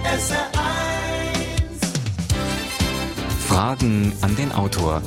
Fragen an den Autor.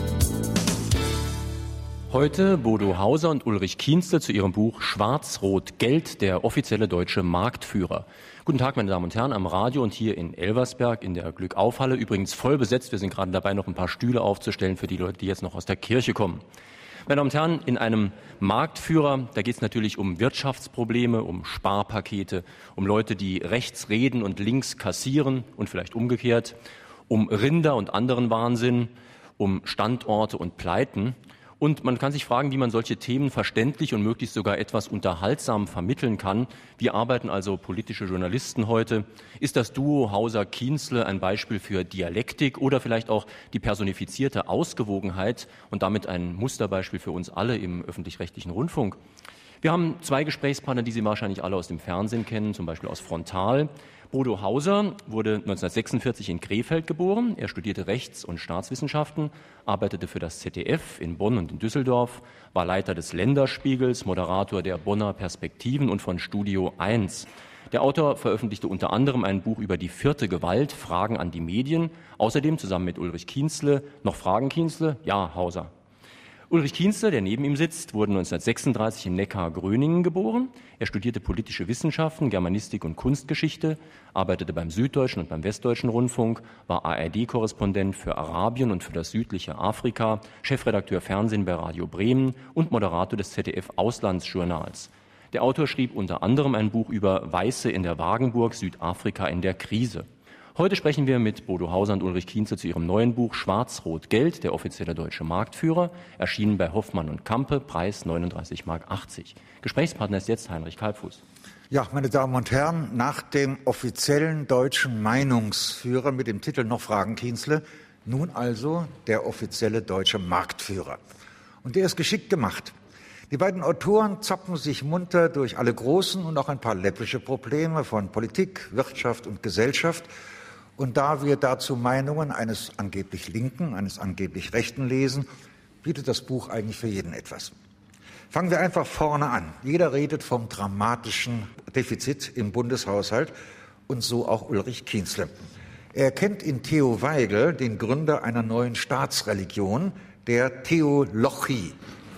Heute Bodo Hauser und Ulrich Kienzle zu ihrem Buch Schwarz-Rot-Geld, der offizielle deutsche Marktführer. Guten Tag, meine Damen und Herren, am Radio und hier in Elversberg in der Glückauf-Halle. Übrigens voll besetzt. Wir sind gerade dabei, noch ein paar Stühle aufzustellen für die Leute, die jetzt noch aus der Kirche kommen. Meine Damen und Herren, in einem Marktführer, da geht es natürlich um Wirtschaftsprobleme, um Sparpakete, um Leute, die rechts reden und links kassieren und vielleicht umgekehrt, um Rinder und anderen Wahnsinn, um Standorte und Pleiten. Und man kann sich fragen, wie man solche Themen verständlich und möglichst sogar etwas unterhaltsam vermitteln kann. Wie arbeiten also politische Journalisten heute? Ist das Duo Hauser-Kienzle ein Beispiel für Dialektik oder vielleicht auch die personifizierte Ausgewogenheit und damit ein Musterbeispiel für uns alle im öffentlich-rechtlichen Rundfunk? Wir haben zwei Gesprächspartner, die Sie wahrscheinlich alle aus dem Fernsehen kennen, zum Beispiel aus Frontal. Bodo Hauser wurde 1946 in Krefeld geboren. Er studierte Rechts- und Staatswissenschaften, arbeitete für das ZDF in Bonn und in Düsseldorf, war Leiter des Länderspiegels, Moderator der Bonner Perspektiven und von Studio 1. Der Autor veröffentlichte unter anderem ein Buch über die vierte Gewalt, Fragen an die Medien. Außerdem zusammen mit Ulrich Kienzle noch Fragen, Kienzle? Ja, Hauser. Ulrich Kienzle, der neben ihm sitzt, wurde 1936 in Neckar-Gröningen geboren. Er studierte politische Wissenschaften, Germanistik und Kunstgeschichte, arbeitete beim Süddeutschen und beim Westdeutschen Rundfunk, war ARD-Korrespondent für Arabien und für das südliche Afrika, Chefredakteur Fernsehen bei Radio Bremen und Moderator des ZDF-Auslandsjournals. Der Autor schrieb unter anderem ein Buch über Weiße in der Wagenburg, Südafrika in der Krise. Heute sprechen wir mit Bodo Hauser und Ulrich Kienzle zu ihrem neuen Buch Schwarz-Rot-Geld, der offizielle deutsche Marktführer, erschienen bei Hoffmann und Campe, Preis 39,80 Mark. Gesprächspartner ist jetzt Heinrich Kalbfuß. Ja, meine Damen und Herren, nach dem offiziellen deutschen Meinungsführer mit dem Titel noch Fragen, Kienzle, nun also der offizielle deutsche Marktführer. Und der ist geschickt gemacht. Die beiden Autoren zapfen sich munter durch alle großen und auch ein paar läppische Probleme von Politik, Wirtschaft und Gesellschaft. Und da wir dazu Meinungen eines angeblich Linken, eines angeblich Rechten lesen, bietet das Buch eigentlich für jeden etwas. Fangen wir einfach vorne an. Jeder redet vom dramatischen Defizit im Bundeshaushalt und so auch Ulrich Kienzle. Er kennt in Theo Weigel den Gründer einer neuen Staatsreligion, der Theolochie.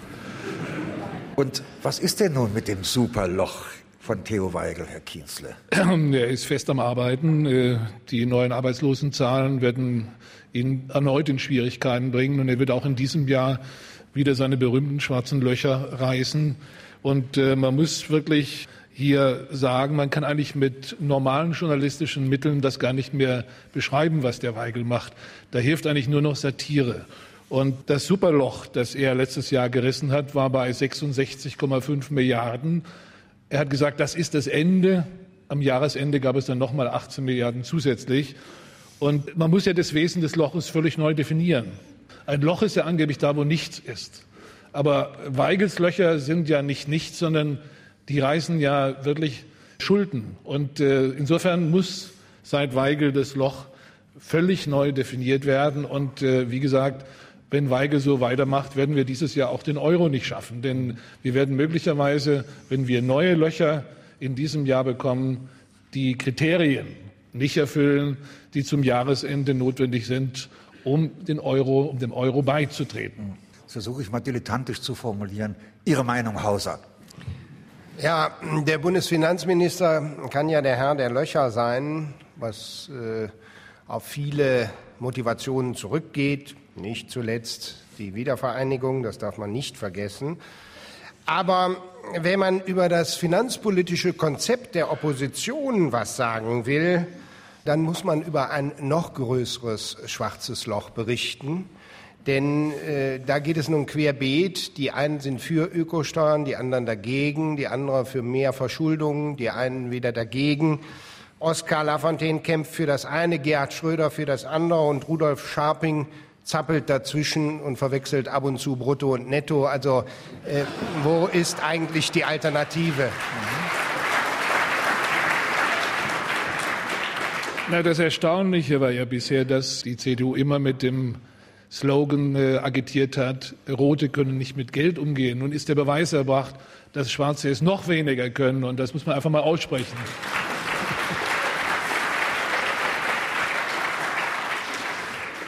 Und was ist denn nun mit dem Superloch von Theo Weigel, Herr Kienzle? Er ist fest am Arbeiten. Die neuen Arbeitslosenzahlen werden ihn erneut in Schwierigkeiten bringen. Und er wird auch in diesem Jahr wieder seine berühmten schwarzen Löcher reißen. Und man muss wirklich hier sagen, man kann eigentlich mit normalen journalistischen Mitteln das gar nicht mehr beschreiben, was der Weigel macht. Da hilft eigentlich nur noch Satire. Und das Superloch, das er letztes Jahr gerissen hat, war bei 66,5 Milliarden. Er hat gesagt, das ist das Ende. Am Jahresende gab es dann nochmal 18 Milliarden zusätzlich. Und man muss ja das Wesen des Loches völlig neu definieren. Ein Loch ist ja angeblich da, wo nichts ist. Aber Weigels Löcher sind ja nicht nichts, sondern die reißen ja wirklich Schulden. Und insofern muss seit Weigel das Loch völlig neu definiert werden. Und wie gesagt, wenn Weigel so weitermacht, werden wir dieses Jahr auch den Euro nicht schaffen. Denn wir werden möglicherweise, wenn wir neue Löcher in diesem Jahr bekommen, die Kriterien nicht erfüllen, die zum Jahresende notwendig sind, um dem Euro beizutreten. Das versuche ich mal dilettantisch zu formulieren. Ihre Meinung, Hauser? Ja, der Bundesfinanzminister kann ja der Herr der Löcher sein, was auf viele Motivationen zurückgeht. Nicht zuletzt die Wiedervereinigung, das darf man nicht vergessen. Aber wenn man über das finanzpolitische Konzept der Opposition was sagen will, dann muss man über ein noch größeres schwarzes Loch berichten. Denn da geht es nun querbeet. Die einen sind für Ökosteuern, die anderen dagegen, die anderen für mehr Verschuldung, die einen wieder dagegen. Oskar Lafontaine kämpft für das eine, Gerhard Schröder für das andere und Rudolf Scharping zappelt dazwischen und verwechselt ab und zu Brutto und Netto. Also wo ist eigentlich die Alternative? Na, das Erstaunliche war ja bisher, dass die CDU immer mit dem Slogan agitiert hat, Rote können nicht mit Geld umgehen. Nun ist der Beweis erbracht, dass Schwarze es noch weniger können. Und das muss man einfach mal aussprechen.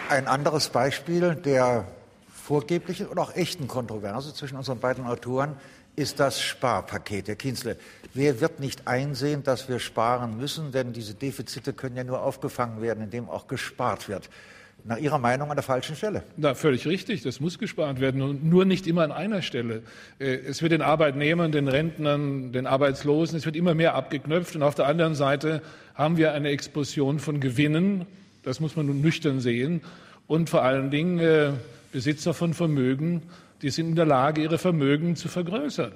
Ein anderes Beispiel der vorgeblichen oder auch echten Kontroverse zwischen unseren beiden Autoren ist das Sparpaket. Herr Kienzle, wer wird nicht einsehen, dass wir sparen müssen? Denn diese Defizite können ja nur aufgefangen werden, indem auch gespart wird. Nach Ihrer Meinung an der falschen Stelle. Na, völlig richtig. Das muss gespart werden und nur nicht immer an einer Stelle. Es wird den Arbeitnehmern, den Rentnern, den Arbeitslosen, es wird immer mehr abgeknöpft. Und auf der anderen Seite haben wir eine Explosion von Gewinnen. Das muss man nun nüchtern sehen. Und vor allen Dingen Besitzer von Vermögen, die sind in der Lage, ihre Vermögen zu vergrößern.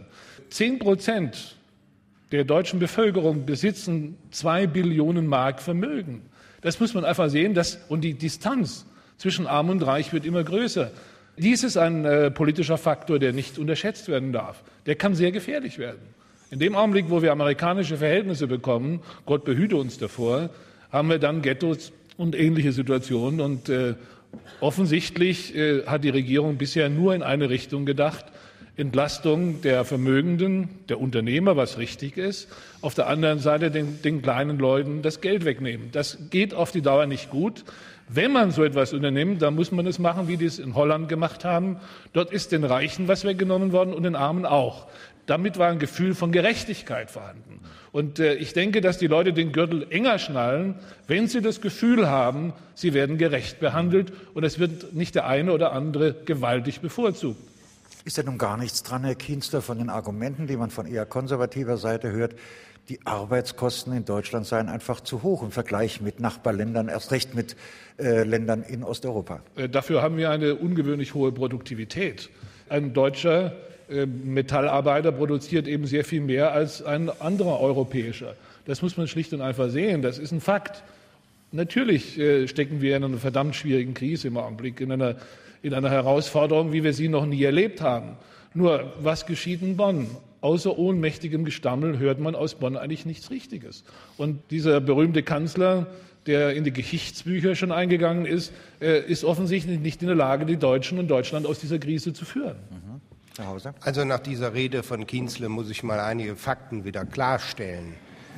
10% der deutschen Bevölkerung besitzen 2 Billionen Mark Vermögen. Das muss man einfach sehen. Und die Distanz zwischen Arm und Reich wird immer größer. Dies ist ein politischer Faktor, der nicht unterschätzt werden darf. Der kann sehr gefährlich werden. In dem Augenblick, wo wir amerikanische Verhältnisse bekommen, Gott behüte uns davor, haben wir dann Ghettos und ähnliche Situationen. Und offensichtlich hat die Regierung bisher nur in eine Richtung gedacht: Entlastung der Vermögenden, der Unternehmer, was richtig ist, auf der anderen Seite den kleinen Leuten das Geld wegnehmen. Das geht auf die Dauer nicht gut. Wenn man so etwas unternimmt, dann muss man es machen, wie die es in Holland gemacht haben. Dort ist den Reichen was weggenommen worden und den Armen auch. Damit war ein Gefühl von Gerechtigkeit vorhanden. Und ich denke, dass die Leute den Gürtel enger schnallen, wenn sie das Gefühl haben, sie werden gerecht behandelt und es wird nicht der eine oder andere gewaltig bevorzugt. Ist ja nun gar nichts dran, Herr Kienzle, von den Argumenten, die man von eher konservativer Seite hört. Die Arbeitskosten in Deutschland seien einfach zu hoch im Vergleich mit Nachbarländern, erst recht mit Ländern in Osteuropa. Dafür haben wir eine ungewöhnlich hohe Produktivität. Ein deutscher Metallarbeiter produziert eben sehr viel mehr als ein anderer europäischer. Das muss man schlicht und einfach sehen. Das ist ein Fakt. Natürlich stecken wir in einer verdammt schwierigen Krise im Augenblick, in einer Herausforderung, wie wir sie noch nie erlebt haben. Nur, was geschieht in Bonn? Außer ohnmächtigem Gestammel hört man aus Bonn eigentlich nichts Richtiges. Und dieser berühmte Kanzler, der in die Geschichtsbücher schon eingegangen ist, ist offensichtlich nicht in der Lage, die Deutschen und Deutschland aus dieser Krise zu führen. Herr Hauser? Also nach dieser Rede von Kienzle muss ich mal einige Fakten wieder klarstellen.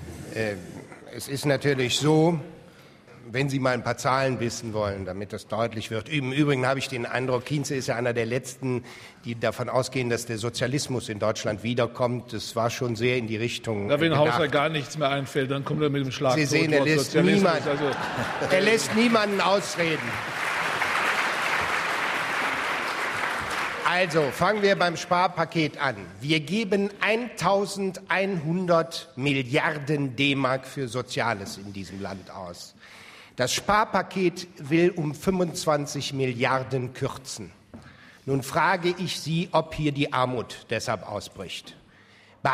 Es ist natürlich so, wenn Sie mal ein paar Zahlen wissen wollen, damit das deutlich wird. Im Übrigen habe ich den Eindruck, Kienzle ist ja einer der Letzten, die davon ausgehen, dass der Sozialismus in Deutschland wiederkommt. Das war schon sehr in die Richtung Da, wenn gedacht. Hauser gar nichts mehr einfällt, dann kommt er mit dem Schlag. Sie sehen, er lässt niemanden ausreden. Also, fangen wir beim Sparpaket an. Wir geben 1.100 Milliarden D-Mark für Soziales in diesem Land aus. Das Sparpaket will um 25 Milliarden kürzen. Nun frage ich Sie, ob hier die Armut deshalb ausbricht. Bei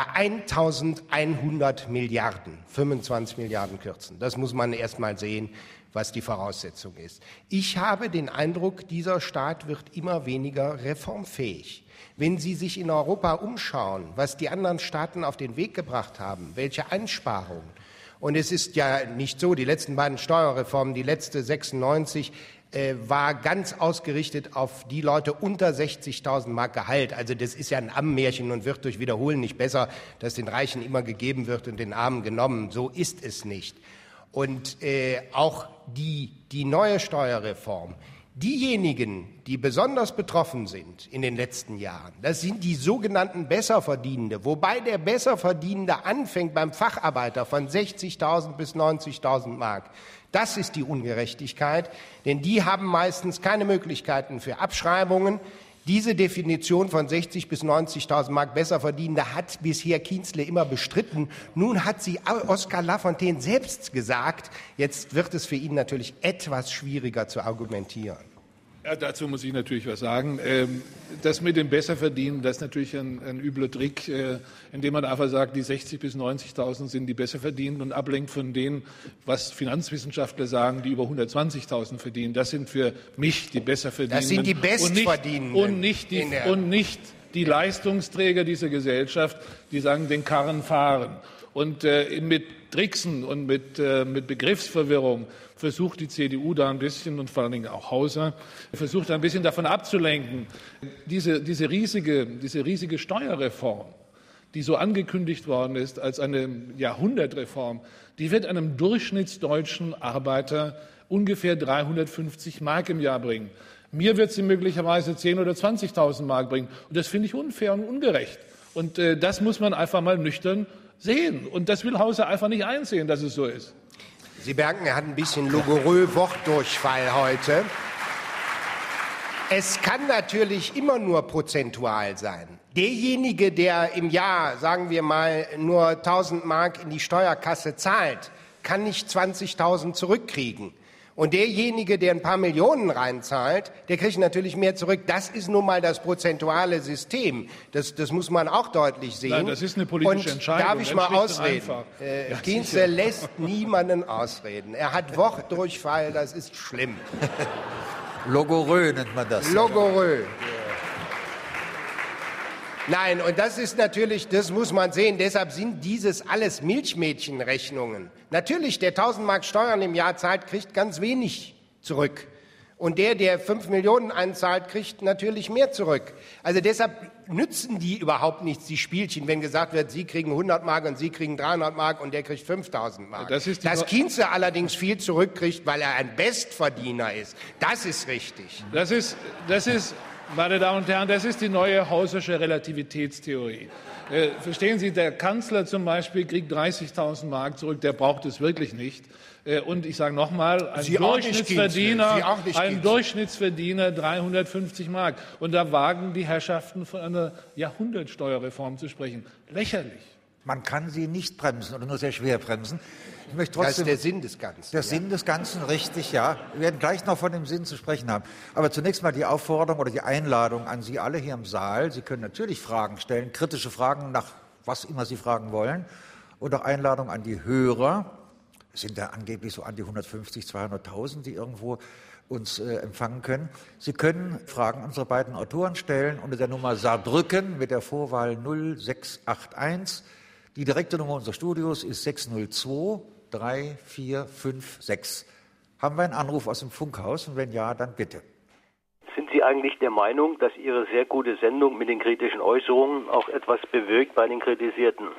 1.100 Milliarden, 25 Milliarden kürzen. Das muss man erst mal sehen, was die Voraussetzung ist. Ich habe den Eindruck, dieser Staat wird immer weniger reformfähig. Wenn Sie sich in Europa umschauen, was die anderen Staaten auf den Weg gebracht haben, welche Einsparungen. Und es ist ja nicht so, die letzten beiden Steuerreformen, die letzte 96, war ganz ausgerichtet auf die Leute unter 60.000 Mark Gehalt. Also das ist ja ein Ammenmärchen und wird durch Wiederholen nicht besser, dass den Reichen immer gegeben wird und den Armen genommen. So ist es nicht. Und auch die neue Steuerreform, diejenigen, die besonders betroffen sind in den letzten Jahren, das sind die sogenannten Besserverdienende, wobei der Besserverdienende anfängt beim Facharbeiter von 60.000 bis 90.000 Mark. Das ist die Ungerechtigkeit, denn die haben meistens keine Möglichkeiten für Abschreibungen. Diese Definition von 60.000 bis 90.000 Mark Besserverdienende hat bisher Kienzle immer bestritten. Nun hat sie Oskar Lafontaine selbst gesagt. Jetzt wird es für ihn natürlich etwas schwieriger zu argumentieren. Ja, dazu muss ich natürlich was sagen. Das mit dem Besserverdienen, das ist natürlich ein übler Trick, indem man einfach sagt, die 60.000 bis 90.000 sind die Besserverdienenden und ablenkt von denen, was Finanzwissenschaftler sagen, die über 120.000 verdienen. Das sind für mich die Besserverdienenden. Das sind die Bestverdienenden. Und nicht die Leistungsträger dieser Gesellschaft, die sagen, den Karren fahren. Und mit Tricksen und mit Begriffsverwirrung versucht die CDU da ein bisschen und vor allen Dingen auch Hauser, versucht ein bisschen davon abzulenken. Diese riesige Steuerreform, die so angekündigt worden ist als eine Jahrhundertreform, die wird einem durchschnittsdeutschen Arbeiter ungefähr 350 Mark im Jahr bringen. Mir wird sie möglicherweise 10.000 oder 20.000 Mark bringen. Und das finde ich unfair und ungerecht. Und das muss man einfach mal nüchtern sehen. Und das will Hauser einfach nicht einsehen, dass es so ist. Sie merken, er hat ein bisschen Logorö-Wortdurchfall heute. Es kann natürlich immer nur prozentual sein. Derjenige, der im Jahr, sagen wir mal, nur 1.000 Mark in die Steuerkasse zahlt, kann nicht 20.000 zurückkriegen. Und derjenige, der ein paar Millionen reinzahlt, der kriegt natürlich mehr zurück. Das ist nun mal das prozentuale System. Das muss man auch deutlich sehen. Nein, das ist eine politische Entscheidung. Darf ich mal ausreden? Kienzle lässt niemanden ausreden. Er hat Wortdurchfall, das ist schlimm. Logorö nennt man das. Logorö. Nein, und das ist natürlich, das muss man sehen, deshalb sind dieses alles Milchmädchenrechnungen. Natürlich, der 1.000 Mark Steuern im Jahr zahlt, kriegt ganz wenig zurück. Und der 5 Millionen einzahlt, kriegt natürlich mehr zurück. Also deshalb nützen die überhaupt nichts, die Spielchen, wenn gesagt wird, Sie kriegen 100 Mark und Sie kriegen 300 Mark und der kriegt 5.000 Mark. Dass Kienzle allerdings viel zurückkriegt, weil er ein Bestverdiener ist, das ist richtig. Das ist, meine Damen und Herren, das ist die neue Hausersche Relativitätstheorie. Verstehen Sie, der Kanzler zum Beispiel kriegt 30.000 Mark zurück, der braucht es wirklich nicht. Und ich sage nochmal, ein Durchschnittsverdiener 350 Mark. Und da wagen die Herrschaften von einer Jahrhundertsteuerreform zu sprechen. Lächerlich. Man kann sie nicht bremsen oder nur sehr schwer bremsen. Ich möchte trotzdem, das ist der Sinn des Ganzen. Der Sinn des Ganzen, richtig, ja. Wir werden gleich noch von dem Sinn zu sprechen haben. Aber zunächst mal die Aufforderung oder die Einladung an Sie alle hier im Saal. Sie können natürlich Fragen stellen, kritische Fragen nach was immer Sie fragen wollen. Und auch Einladung an die Hörer. Es sind ja angeblich so an die 150.000, 200.000, die irgendwo uns empfangen können. Sie können Fragen an unsere beiden Autoren stellen unter der Nummer Saarbrücken mit der Vorwahl 0681. Die direkte Nummer unseres Studios ist 602 3456. Haben wir einen Anruf aus dem Funkhaus? Und wenn ja, dann bitte. Sind Sie eigentlich der Meinung, dass Ihre sehr gute Sendung mit den kritischen Äußerungen auch etwas bewirkt bei den Kritisierten?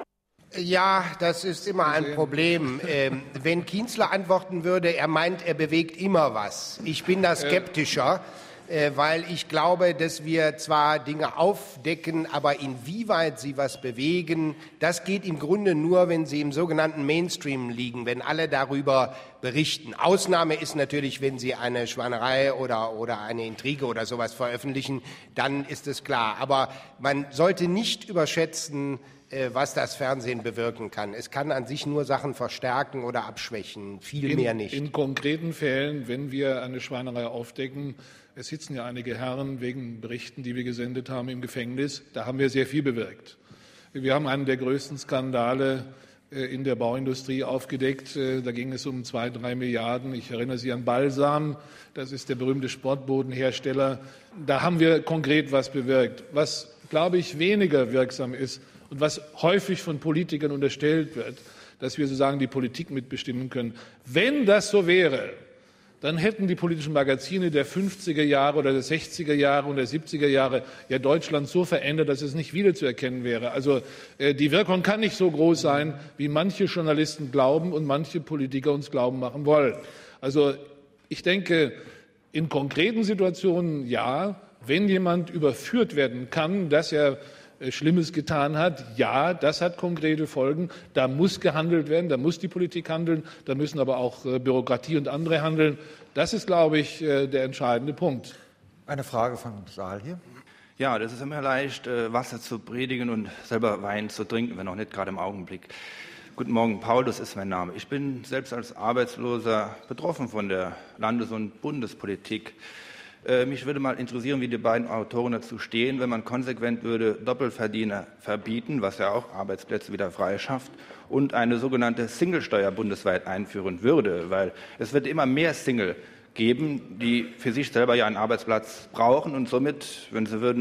Ja, das ist immer ein Problem. Wenn Kienzle antworten würde, er meint, er bewegt immer was. Ich bin da skeptischer, weil ich glaube, dass wir zwar Dinge aufdecken, aber inwieweit sie was bewegen, das geht im Grunde nur, wenn sie im sogenannten Mainstream liegen, wenn alle darüber berichten. Ausnahme ist natürlich, wenn sie eine Schweinerei oder eine Intrige oder sowas veröffentlichen, dann ist es klar. Aber man sollte nicht überschätzen, was das Fernsehen bewirken kann. Es kann an sich nur Sachen verstärken oder abschwächen, viel mehr nicht. In konkreten Fällen, wenn wir eine Schweinerei aufdecken, es sitzen ja einige Herren wegen Berichten, die wir gesendet haben, im Gefängnis, da haben wir sehr viel bewirkt. Wir haben einen der größten Skandale in der Bauindustrie aufgedeckt. Da ging es um 2-3 Milliarden. Ich erinnere Sie an Balsam, das ist der berühmte Sportbodenhersteller. Da haben wir konkret was bewirkt. Was, glaube ich, weniger wirksam ist, und was häufig von Politikern unterstellt wird, dass wir sozusagen die Politik mitbestimmen können. Wenn das so wäre, dann hätten die politischen Magazine der 50er Jahre oder der 60er Jahre und der 70er Jahre ja Deutschland so verändert, dass es nicht wiederzuerkennen wäre. Also die Wirkung kann nicht so groß sein, wie manche Journalisten glauben und manche Politiker uns glauben machen wollen. Also ich denke, in konkreten Situationen ja, wenn jemand überführt werden kann, dass er Schlimmes getan hat, ja, das hat konkrete Folgen. Da muss gehandelt werden, da muss die Politik handeln, da müssen aber auch Bürokratie und andere handeln. Das ist, glaube ich, der entscheidende Punkt. Eine Frage vom Saal hier. Ja, das ist immer leicht, Wasser zu predigen und selber Wein zu trinken, wenn auch nicht gerade im Augenblick. Guten Morgen, Paulus ist mein Name. Ich bin selbst als Arbeitsloser betroffen von der Landes- und Bundespolitik. Mich würde mal interessieren, wie die beiden Autoren dazu stehen, wenn man konsequent würde Doppelverdiener verbieten, was ja auch Arbeitsplätze wieder frei schafft, und eine sogenannte Singlesteuer bundesweit einführen würde, weil es wird immer mehr Single geben, die für sich selber ja einen Arbeitsplatz brauchen und somit, wenn sie würden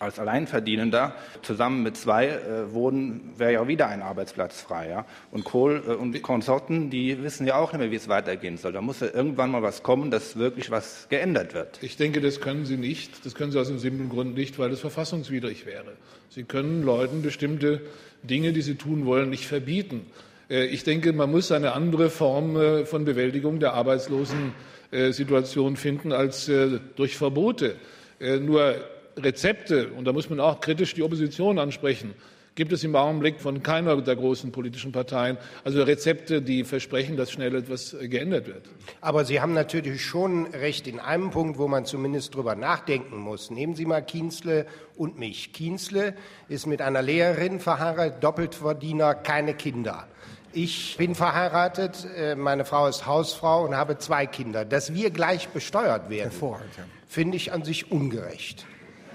als Alleinverdienender zusammen mit 2 wohnen, wäre ja wieder ein Arbeitsplatz frei. Ja? Und Kohl und Konsorten, die wissen ja auch nicht mehr, wie es weitergehen soll. Da muss ja irgendwann mal was kommen, dass wirklich was geändert wird. Ich denke, das können Sie nicht. Das können Sie aus dem simplen Grund nicht, weil das verfassungswidrig wäre. Sie können Leuten bestimmte Dinge, die sie tun wollen, nicht verbieten. Ich denke, man muss eine andere Form von Bewältigung der Arbeitslosensituation finden als durch Verbote. Nur Rezepte, und da muss man auch kritisch die Opposition ansprechen, gibt es im Augenblick von keiner der großen politischen Parteien. Also Rezepte, die versprechen, dass schnell etwas geändert wird. Aber Sie haben natürlich schon recht in einem Punkt, wo man zumindest drüber nachdenken muss. Nehmen Sie mal Kienzle und mich. Kienzle ist mit einer Lehrerin verheiratet, Doppelverdiener, keine Kinder. Ich bin verheiratet, meine Frau ist Hausfrau und habe 2 Kinder. Dass wir gleich besteuert werden, finde ich an sich ungerecht.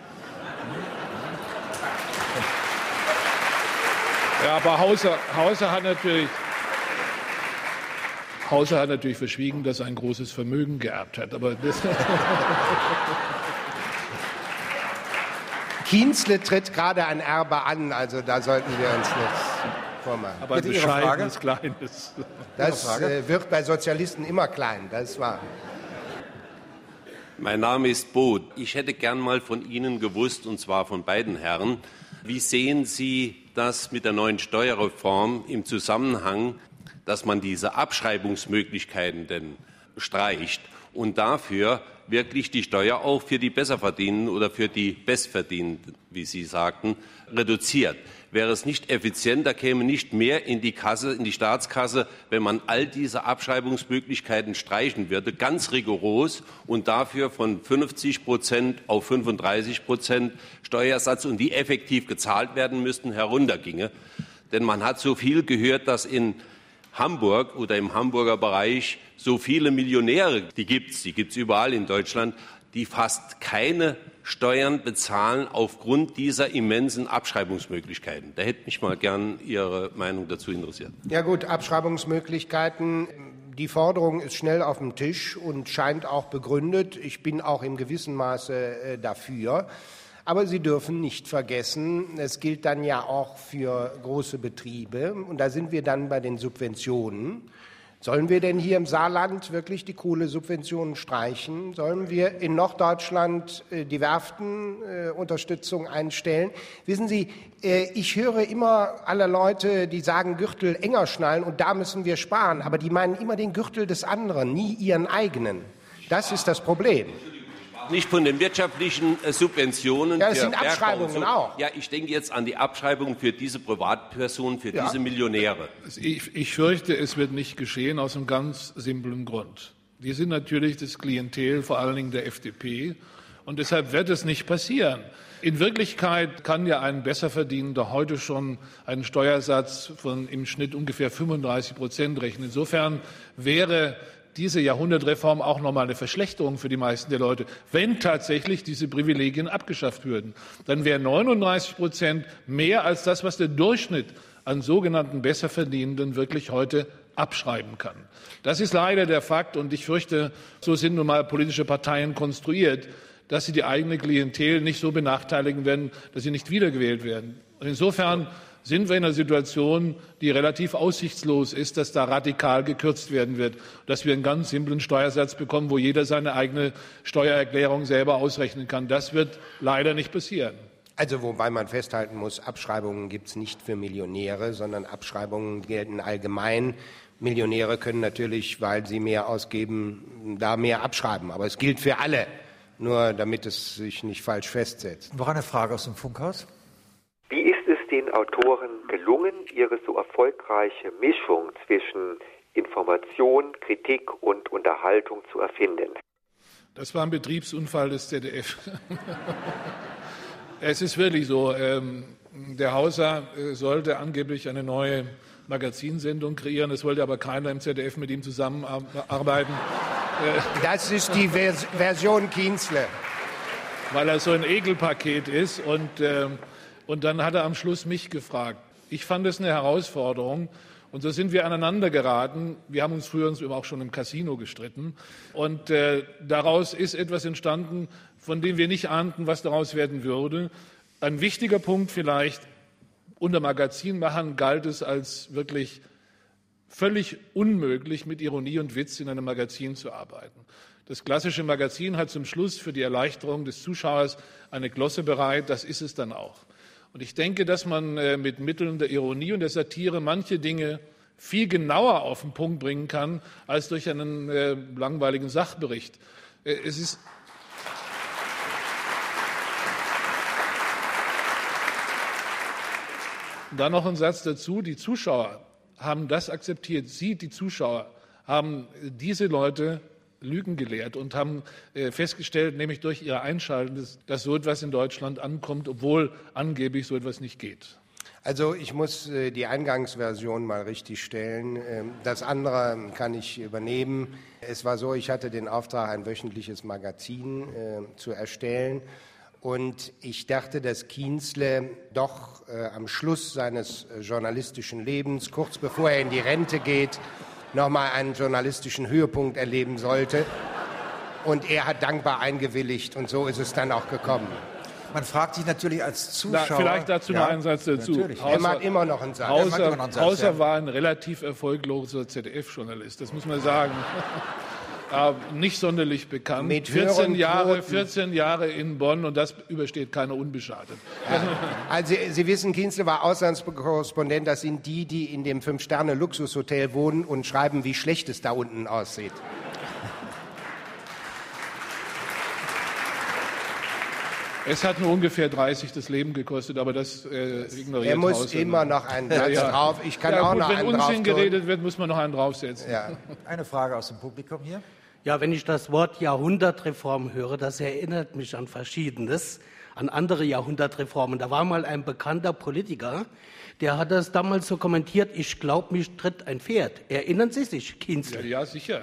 Ja, aber Hauser hat natürlich verschwiegen, dass er ein großes Vermögen geerbt hat. Aber das Kienzle tritt gerade ein Erbe an, also da sollten wir uns nichts vormachen. Aber ein bescheidenes, kleines. Das wird bei Sozialisten immer klein, das ist wahr. Mein Name ist Both. Ich hätte gern mal von Ihnen gewusst, und zwar von beiden Herren, wie sehen Sie das mit der neuen Steuerreform im Zusammenhang, dass man diese Abschreibungsmöglichkeiten denn streicht und dafür wirklich die Steuer auch für die Besserverdienenden oder für die Bestverdienenden, wie Sie sagten, reduziert? Wäre es nicht effizienter, käme nicht mehr in die Kasse, in die Staatskasse, wenn man all diese Abschreibungsmöglichkeiten streichen würde, ganz rigoros und dafür von 50% auf 35% Steuersatz und die effektiv gezahlt werden müssten, herunterginge? Denn man hat so viel gehört, dass in Hamburg oder im Hamburger Bereich so viele Millionäre, die gibt's überall in Deutschland, die fast keine Steuern bezahlen aufgrund dieser immensen Abschreibungsmöglichkeiten. Da hätte mich mal gern Ihre Meinung dazu interessiert. Ja gut, Abschreibungsmöglichkeiten. Die Forderung ist schnell auf dem Tisch und scheint auch begründet. Ich bin auch im gewissen Maße dafür. Aber Sie dürfen nicht vergessen, es gilt dann ja auch für große Betriebe. Und da sind wir dann bei den Subventionen. Sollen wir denn hier im Saarland wirklich die Kohlesubventionen streichen? Sollen wir in Norddeutschland die Werftenunterstützung einstellen? Wissen Sie, ich höre immer alle Leute, die sagen, Gürtel enger schnallen und da müssen wir sparen. Aber die meinen immer den Gürtel des anderen, nie ihren eigenen. Das ist das Problem. Nicht von den wirtschaftlichen Subventionen. Ja, das sind Abschreibungen auch. Ja, ich denke jetzt an die Abschreibung für diese Privatpersonen, für diese Millionäre. Ich fürchte, es wird nicht geschehen, aus einem ganz simplen Grund. Die sind natürlich das Klientel, vor allen Dingen der FDP, und deshalb wird es nicht passieren. In Wirklichkeit kann ja ein Besserverdienender heute schon einen Steuersatz von im Schnitt ungefähr 35% rechnen. Insofern wäre diese Jahrhundertreform auch nochmal eine Verschlechterung für die meisten der Leute, wenn tatsächlich diese Privilegien abgeschafft würden. Dann wären 39% mehr als das, was der Durchschnitt an sogenannten Besserverdienenden wirklich heute abschreiben kann. Das ist leider der Fakt, und ich fürchte, so sind nun mal politische Parteien konstruiert, dass sie die eigene Klientel nicht so benachteiligen werden, dass sie nicht wiedergewählt werden. Und insofern sind wir in einer Situation, die relativ aussichtslos ist, dass da radikal gekürzt werden wird, dass wir einen ganz simplen Steuersatz bekommen, wo jeder seine eigene Steuererklärung selber ausrechnen kann. Das wird leider nicht passieren. Also wobei man festhalten muss, Abschreibungen gibt es nicht für Millionäre, sondern Abschreibungen gelten allgemein. Millionäre können natürlich, weil sie mehr ausgeben, da mehr abschreiben. Aber es gilt für alle, nur damit es sich nicht falsch festsetzt. Noch eine Frage aus dem Funkhaus. Wie ist es den Autoren gelungen, ihre so erfolgreiche Mischung zwischen Information, Kritik und Unterhaltung zu erfinden? Das war ein Betriebsunfall des ZDF. Es ist wirklich so, der Hauser sollte angeblich eine neue Magazinsendung kreieren, es wollte aber keiner im ZDF mit ihm zusammenarbeiten. Das ist die Version Kienzle. Weil er so ein Ekelpaket ist, und dann hat er am Schluss mich gefragt. Ich fand es eine Herausforderung, und so sind wir aneinander geraten. Wir haben uns früher auch schon im Casino gestritten, und daraus ist etwas entstanden, von dem wir nicht ahnten, was daraus werden würde. Ein wichtiger Punkt vielleicht, unter Magazinmachern galt es als wirklich völlig unmöglich, mit Ironie und Witz in einem Magazin zu arbeiten. Das klassische Magazin hat zum Schluss für die Erleichterung des Zuschauers eine Glosse bereit, das ist es dann auch. Und ich denke, dass man mit Mitteln der Ironie und der Satire manche Dinge viel genauer auf den Punkt bringen kann, als durch einen langweiligen Sachbericht. Es ist dann noch ein Satz dazu, die Zuschauer haben das akzeptiert. Sie, die Zuschauer, haben diese Leute Lügen gelehrt und haben festgestellt, nämlich durch ihr Einschalten, dass so etwas in Deutschland ankommt, obwohl angeblich so etwas nicht geht. Also ich muss die Eingangsversion mal richtig stellen. Das andere kann ich übernehmen. Es war so, ich hatte den Auftrag, ein wöchentliches Magazin zu erstellen. Und ich dachte, dass Kienzle doch am Schluss seines journalistischen Lebens, kurz bevor er in die Rente geht, nochmal einen journalistischen Höhepunkt erleben sollte. Und er hat dankbar eingewilligt und so ist es dann auch gekommen. Man fragt sich natürlich als Zuschauer... Vielleicht dazu noch einen Satz dazu. Er macht immer noch einen Satz. Hauser war ein relativ erfolgloser ZDF-Journalist, das muss man sagen. Nicht sonderlich bekannt. Mit 14 Jahre in Bonn und das übersteht keiner unbeschadet. Ja. Also Sie wissen, Kienzle war Auslandskorrespondent. Das sind die in dem 5-Sterne-Luxushotel wohnen und schreiben, wie schlecht es da unten aussieht. Es hat nur ungefähr 30 das Leben gekostet, aber das ignoriert Er muss Hauser immer noch einen Satz drauf. Ich kann auch noch einen drauf tun. Wenn Unsinn geredet wird, muss man noch einen draufsetzen. Ja. Eine Frage aus dem Publikum hier. Ja, wenn ich das Wort Jahrhundertreform höre, das erinnert mich an Verschiedenes, an andere Jahrhundertreformen. Da war mal ein bekannter Politiker, der hat das damals so kommentiert, ich glaube, mich tritt ein Pferd. Erinnern Sie sich, Kienzle? Ja, sicher.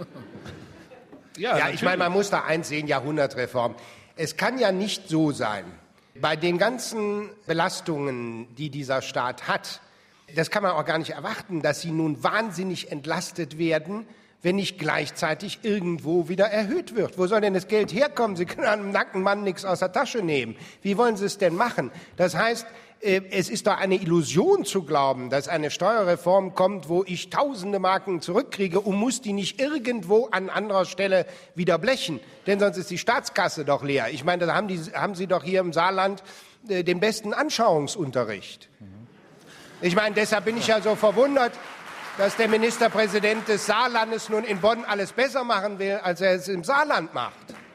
Ja, ich meine, man muss da eins sehen, Jahrhundertreform. Es kann ja nicht so sein, bei den ganzen Belastungen, die dieser Staat hat, das kann man auch gar nicht erwarten, dass sie nun wahnsinnig entlastet werden, wenn nicht gleichzeitig irgendwo wieder erhöht wird. Wo soll denn das Geld herkommen? Sie können einem nackten Mann nichts aus der Tasche nehmen. Wie wollen Sie es denn machen? Das heißt, es ist doch eine Illusion zu glauben, dass eine Steuerreform kommt, wo ich tausende Marken zurückkriege und muss die nicht irgendwo an anderer Stelle wieder blechen. Denn sonst ist die Staatskasse doch leer. Ich meine, da haben Sie doch hier im Saarland den besten Anschauungsunterricht. Ich meine, deshalb bin ich ja so verwundert, dass der Ministerpräsident des Saarlandes nun in Bonn alles besser machen will, als er es im Saarland macht.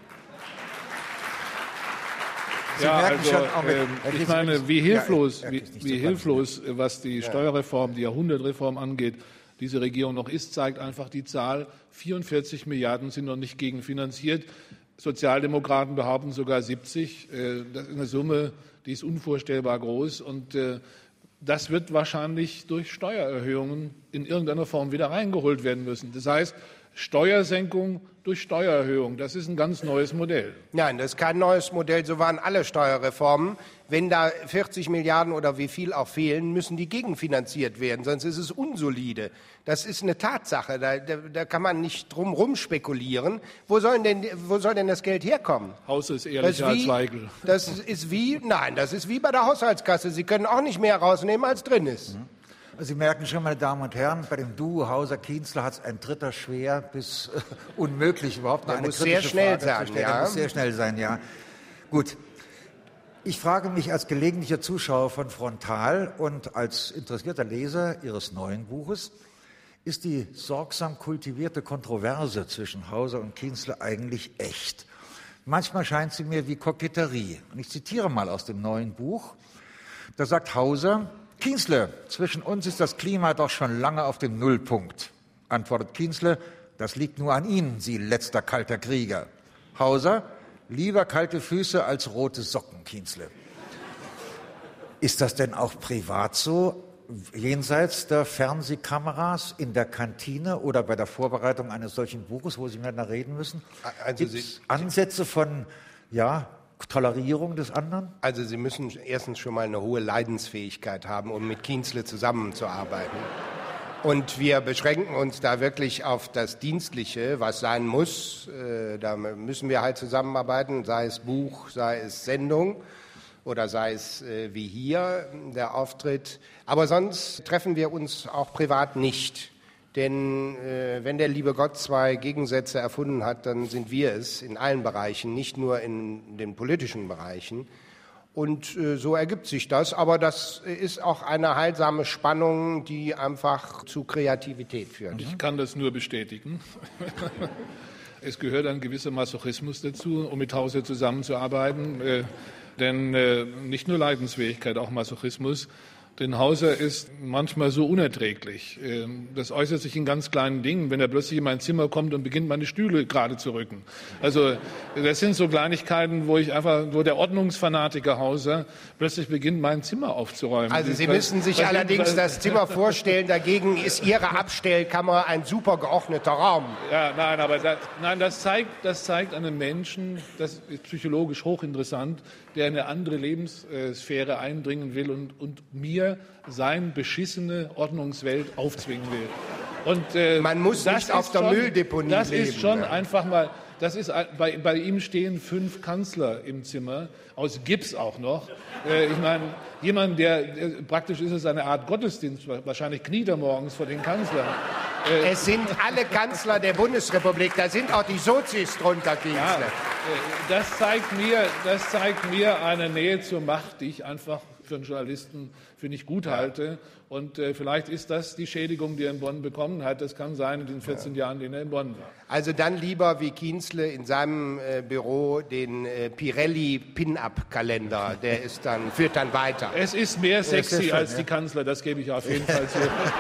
Ich meine, wie hilflos, was die Steuerreform, die Jahrhundertreform angeht, diese Regierung noch ist, zeigt einfach die Zahl. 44 Milliarden sind noch nicht gegenfinanziert. Sozialdemokraten behaupten sogar 70. Das ist eine Summe, die ist unvorstellbar groß. Und das wird wahrscheinlich durch Steuererhöhungen in irgendeiner Form wieder reingeholt werden müssen. Das heißt, Steuersenkung durch Steuererhöhung, das ist ein ganz neues Modell. Nein, das ist kein neues Modell, so waren alle Steuerreformen. Wenn da 40 Milliarden oder wie viel auch fehlen, müssen die gegenfinanziert werden, sonst ist es unsolide. Das ist eine Tatsache, da kann man nicht drum spekulieren. Wo soll denn das Geld herkommen? Hauser ist ehrlicher als Weigel. Das ist wie bei der Haushaltskasse. Sie können auch nicht mehr rausnehmen, als drin ist. Sie merken schon, meine Damen und Herren, bei dem Duo Hauser-Kienzle hat es ein Dritter schwer bis unmöglich, überhaupt noch eine kritische Frage zu stellen. Der muss sehr schnell sein, ja. Gut. Ich frage mich als gelegentlicher Zuschauer von Frontal und als interessierter Leser Ihres neuen Buches, ist die sorgsam kultivierte Kontroverse zwischen Hauser und Kienzle eigentlich echt? Manchmal scheint sie mir wie Koketterie. Und ich zitiere mal aus dem neuen Buch. Da sagt Hauser: Kienzle, zwischen uns ist das Klima doch schon lange auf dem Nullpunkt. Antwortet Kienzle: Das liegt nur an Ihnen, Sie letzter kalter Krieger. Hauser: Lieber kalte Füße als rote Socken, Kienzle. Ist das denn auch privat so, jenseits der Fernsehkameras, in der Kantine oder bei der Vorbereitung eines solchen Buches, wo Sie miteinander reden müssen? Gibt es Ansätze von, Tolerierung des anderen? Also Sie müssen erstens schon mal eine hohe Leidensfähigkeit haben, um mit Kienzle zusammenzuarbeiten. Und wir beschränken uns da wirklich auf das Dienstliche, was sein muss. Da müssen wir halt zusammenarbeiten, sei es Buch, sei es Sendung. oder sei es wie hier der Auftritt. Aber sonst treffen wir uns auch privat nicht. Denn wenn der liebe Gott zwei Gegensätze erfunden hat, dann sind wir es in allen Bereichen, nicht nur in den politischen Bereichen. Und so ergibt sich das. Aber das ist auch eine heilsame Spannung, die einfach zu Kreativität führt. Und ich kann das nur bestätigen. Es gehört ein gewisser Masochismus dazu, um mit Hauser zusammenzuarbeiten. Denn nicht nur Leidensfähigkeit, auch Masochismus. Denn Hauser ist manchmal so unerträglich. Das äußert sich in ganz kleinen Dingen, wenn er plötzlich in mein Zimmer kommt und beginnt, meine Stühle gerade zu rücken. Also das sind so Kleinigkeiten, wo der Ordnungsfanatiker Hauser plötzlich beginnt, mein Zimmer aufzuräumen. Also Sie müssen sich allerdings das Zimmer vorstellen, dagegen ist Ihre Abstellkammer ein super geordneter Raum. Ja, nein, aber das zeigt einen Menschen, das ist psychologisch hochinteressant, der in eine andere Lebenssphäre eindringen will und mir seine beschissene Ordnungswelt aufzwingen will. Und man muss nicht auf der Mülldeponie leben. Das ist schon einfach mal, bei ihm stehen 5 Kanzler im Zimmer, aus Gips auch noch. Ich meine, jemand, der praktisch ist es eine Art Gottesdienst, wahrscheinlich kniet er morgens vor den Kanzlern. Es sind alle Kanzler der Bundesrepublik, da sind auch die Sozis drunter, Kienzle. Ja, das zeigt mir eine Nähe zur Macht, die ich einfach für einen Journalisten für nicht gut halte. Und vielleicht ist das die Schädigung, die er in Bonn bekommen hat. Das kann sein in den 14 Jahren, in denen er in Bonn war. Also dann lieber wie Kienzle in seinem Büro den Pirelli Pin-Up-Kalender. Der führt dann weiter. Es ist mehr sexy als die Kanzler, das gebe ich auf jeden Fall zu.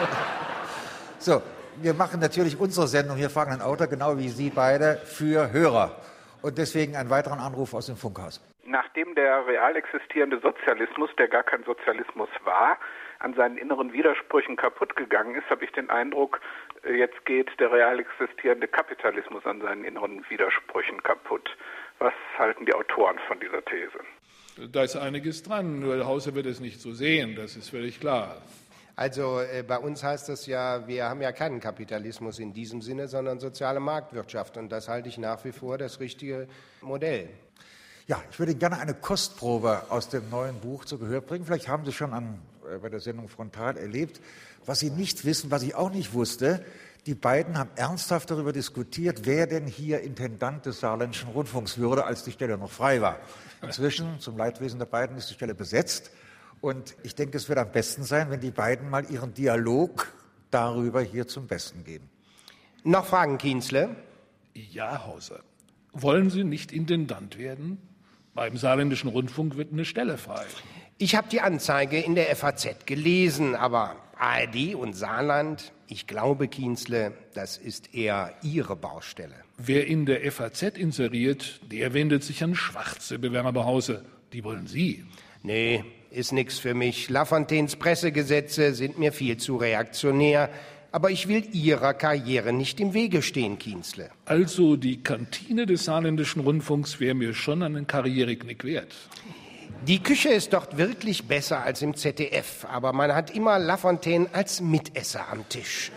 So, wir machen natürlich unsere Sendung hier, Fragen an Autor, genau wie Sie beide, für Hörer. Und deswegen einen weiteren Anruf aus dem Funkhaus. Nachdem der real existierende Sozialismus, der gar kein Sozialismus war, an seinen inneren Widersprüchen kaputt gegangen ist, habe ich den Eindruck, jetzt geht der real existierende Kapitalismus an seinen inneren Widersprüchen kaputt. Was halten die Autoren von dieser These? Da ist einiges dran, nur Hauser wird es nicht so sehen, das ist völlig klar. Also bei uns heißt das ja, wir haben ja keinen Kapitalismus in diesem Sinne, sondern soziale Marktwirtschaft. Und das halte ich nach wie vor das richtige Modell. Ja, ich würde Ihnen gerne eine Kostprobe aus dem neuen Buch zu Gehör bringen. Vielleicht haben Sie schon bei der Sendung Frontal erlebt, was Sie nicht wissen, was ich auch nicht wusste. Die beiden haben ernsthaft darüber diskutiert, wer denn hier Intendant des Saarländischen Rundfunks würde, als die Stelle noch frei war. Inzwischen, zum Leidwesen der beiden, ist die Stelle besetzt. Und ich denke, es wird am besten sein, wenn die beiden mal ihren Dialog darüber hier zum Besten geben. Noch Fragen, Kienzle? Ja, Hauser. Wollen Sie nicht Intendant werden? Beim Saarländischen Rundfunk wird eine Stelle frei. Ich habe die Anzeige in der FAZ gelesen, aber ARD und Saarland, ich glaube, Kienzle, das ist eher Ihre Baustelle. Wer in der FAZ inseriert, der wendet sich an schwarze Bewerber, Hauser. Die wollen Sie. Nee, ist nichts für mich. Lafontaines Pressegesetze sind mir viel zu reaktionär. Aber ich will Ihrer Karriere nicht im Wege stehen, Kienzle. Also die Kantine des Saarländischen Rundfunks wäre mir schon einen Karriereknick wert. Die Küche ist dort wirklich besser als im ZDF, aber man hat immer Lafontaine als Mitesser am Tisch.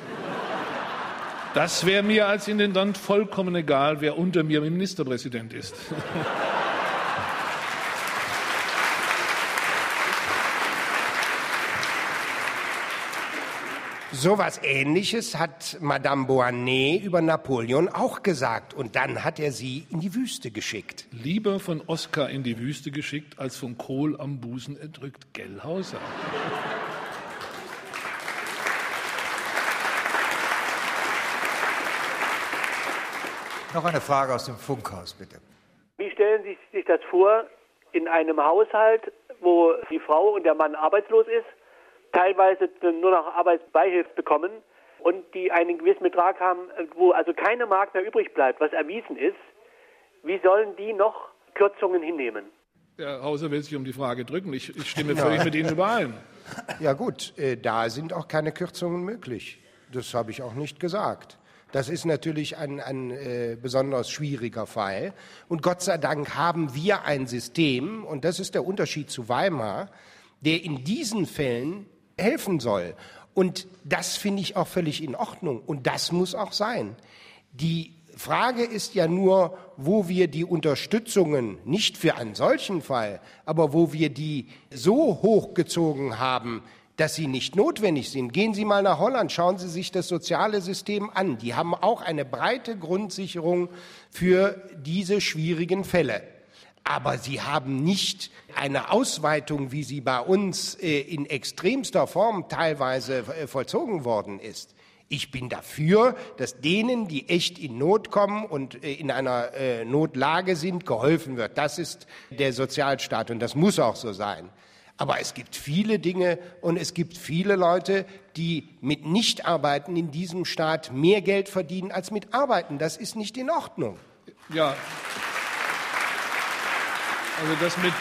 Das wäre mir als Intendant vollkommen egal, wer unter mir Ministerpräsident ist. So was Ähnliches hat Madame Beauharnais über Napoleon auch gesagt. Und dann hat er sie in die Wüste geschickt. Lieber von Oskar in die Wüste geschickt, als von Kohl am Busen erdrückt, gell, Hauser? Noch eine Frage aus dem Funkhaus, bitte. Wie stellen Sie sich das vor, in einem Haushalt, wo die Frau und der Mann arbeitslos ist, teilweise nur noch Arbeitsbeihilfe bekommen und die einen gewissen Betrag haben, wo also keine Mark mehr übrig bleibt, was erwiesen ist, wie sollen die noch Kürzungen hinnehmen? Der Hauser will sich um die Frage drücken. Ich stimme völlig mit Ihnen überein. Ja gut, da sind auch keine Kürzungen möglich. Das habe ich auch nicht gesagt. Das ist natürlich ein besonders schwieriger Fall. Und Gott sei Dank haben wir ein System, und das ist der Unterschied zu Weimar, der in diesen Fällen helfen soll. Und das finde ich auch völlig in Ordnung. Und das muss auch sein. Die Frage ist ja nur, wo wir die Unterstützungen nicht für einen solchen Fall, aber wo wir die so hochgezogen haben, dass sie nicht notwendig sind. Gehen Sie mal nach Holland, schauen Sie sich das soziale System an. Die haben auch eine breite Grundsicherung für diese schwierigen Fälle. Aber sie haben nicht eine Ausweitung, wie sie bei uns in extremster Form teilweise vollzogen worden ist. Ich bin dafür, dass denen, die echt in Not kommen und in einer Notlage sind, geholfen wird. Das ist der Sozialstaat und das muss auch so sein. Aber es gibt viele Dinge und es gibt viele Leute, die mit Nichtarbeiten in diesem Staat mehr Geld verdienen als mit Arbeiten. Das ist nicht in Ordnung. Ja. Also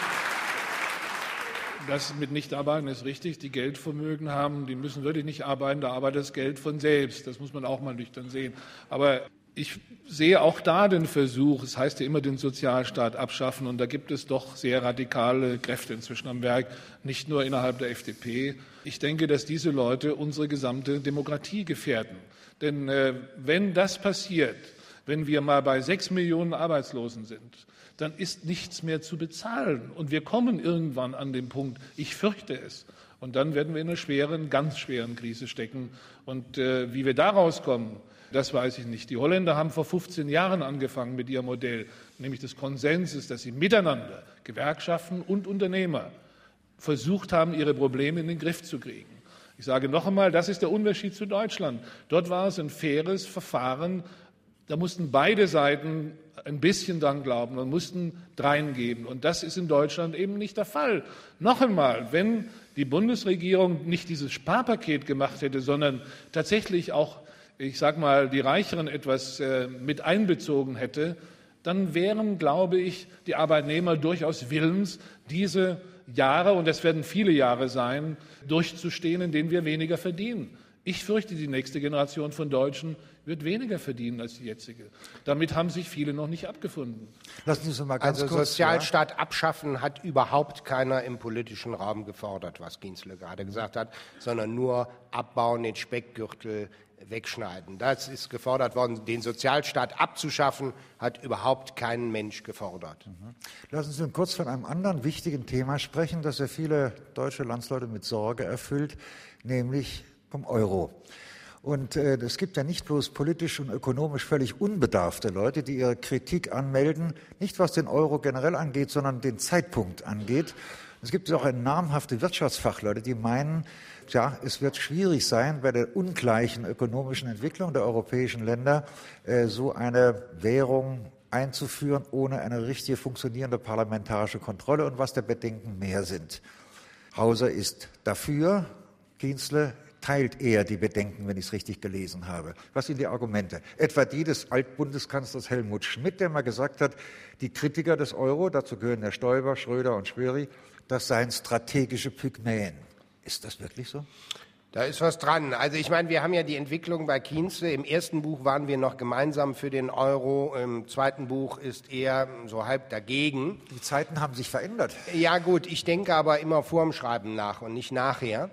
das mit Nichtarbeiten ist richtig. Die Geldvermögen haben, die müssen wirklich nicht arbeiten, da arbeitet das Geld von selbst. Das muss man auch mal nüchtern sehen. Aber ich sehe auch da den Versuch, es heißt ja immer den Sozialstaat abschaffen, und da gibt es doch sehr radikale Kräfte inzwischen am Werk, nicht nur innerhalb der FDP. Ich denke, dass diese Leute unsere gesamte Demokratie gefährden. Denn wenn das passiert, wenn wir mal bei 6 Millionen Arbeitslosen sind, dann ist nichts mehr zu bezahlen. Und wir kommen irgendwann an den Punkt, ich fürchte es. Und dann werden wir in einer ganz schweren Krise stecken. Und wie wir da rauskommen, das weiß ich nicht. Die Holländer haben vor 15 Jahren angefangen mit ihrem Modell, nämlich des Konsenses, dass sie miteinander, Gewerkschaften und Unternehmer, versucht haben, ihre Probleme in den Griff zu kriegen. Ich sage noch einmal, das ist der Unterschied zu Deutschland. Dort war es ein faires Verfahren. Da mussten beide Seiten ein bisschen dran glauben und mussten dreingeben. Und das ist in Deutschland eben nicht der Fall. Noch einmal, wenn die Bundesregierung nicht dieses Sparpaket gemacht hätte, sondern tatsächlich auch, ich sage mal, die Reicheren etwas mit einbezogen hätte, dann wären, glaube ich, die Arbeitnehmer durchaus willens, diese Jahre, und das werden viele Jahre sein, durchzustehen, in denen wir weniger verdienen. Ich fürchte, die nächste Generation von Deutschen wird weniger verdienen als die jetzige. Damit haben sich viele noch nicht abgefunden. Lassen Sie uns mal ganz kurz, Sozialstaat abschaffen hat überhaupt keiner im politischen Raum gefordert, was Kienzle gerade gesagt hat, sondern nur abbauen, den Speckgürtel wegschneiden. Das ist gefordert worden. Den Sozialstaat abzuschaffen, hat überhaupt kein Mensch gefordert. Lassen Sie uns kurz von einem anderen wichtigen Thema sprechen, das ja viele deutsche Landsleute mit Sorge erfüllt, nämlich vom Euro. Und es gibt ja nicht bloß politisch und ökonomisch völlig unbedarfte Leute, die ihre Kritik anmelden, nicht was den Euro generell angeht, sondern den Zeitpunkt angeht. Es gibt auch namhafte Wirtschaftsfachleute, die meinen, ja, es wird schwierig sein, bei der ungleichen ökonomischen Entwicklung der europäischen Länder so eine Währung einzuführen, ohne eine richtige funktionierende parlamentarische Kontrolle, und was der Bedenken mehr sind. Hauser ist dafür, Kienzle teilt eher die Bedenken, wenn ich es richtig gelesen habe. Was sind die Argumente? Etwa die des Altbundeskanzlers Helmut Schmidt, der mal gesagt hat, die Kritiker des Euro, dazu gehören der Stoiber, Schröder und Schwöri, das seien strategische Pygmäen. Ist das wirklich so? Da ist was dran. Also ich meine, wir haben ja die Entwicklung bei Kienzle. Im ersten Buch waren wir noch gemeinsam für den Euro. Im zweiten Buch ist er so halb dagegen. Die Zeiten haben sich verändert. Ja gut, ich denke aber immer vorm Schreiben nach und nicht nachher.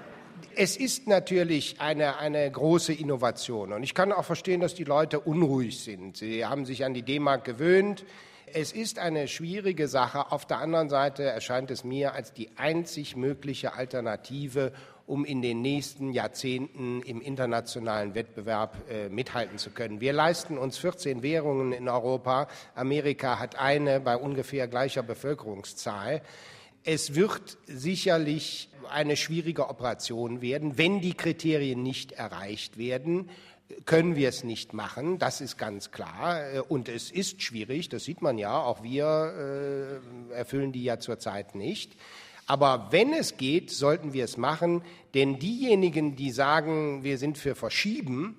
Es ist natürlich eine große Innovation. Und ich kann auch verstehen, dass die Leute unruhig sind. Sie haben sich an die D-Mark gewöhnt. Es ist eine schwierige Sache. Auf der anderen Seite erscheint es mir als die einzig mögliche Alternative, um in den nächsten Jahrzehnten im internationalen Wettbewerb mithalten zu können. Wir leisten uns 14 Währungen in Europa. Amerika hat eine bei ungefähr gleicher Bevölkerungszahl. Es wird sicherlich eine schwierige Operation werden. Wenn die Kriterien nicht erreicht werden, können wir es nicht machen. Das ist ganz klar. Und es ist schwierig, das sieht man ja. Auch wir erfüllen die ja zurzeit nicht. Aber wenn es geht, sollten wir es machen. Denn diejenigen, die sagen, wir sind für Verschieben,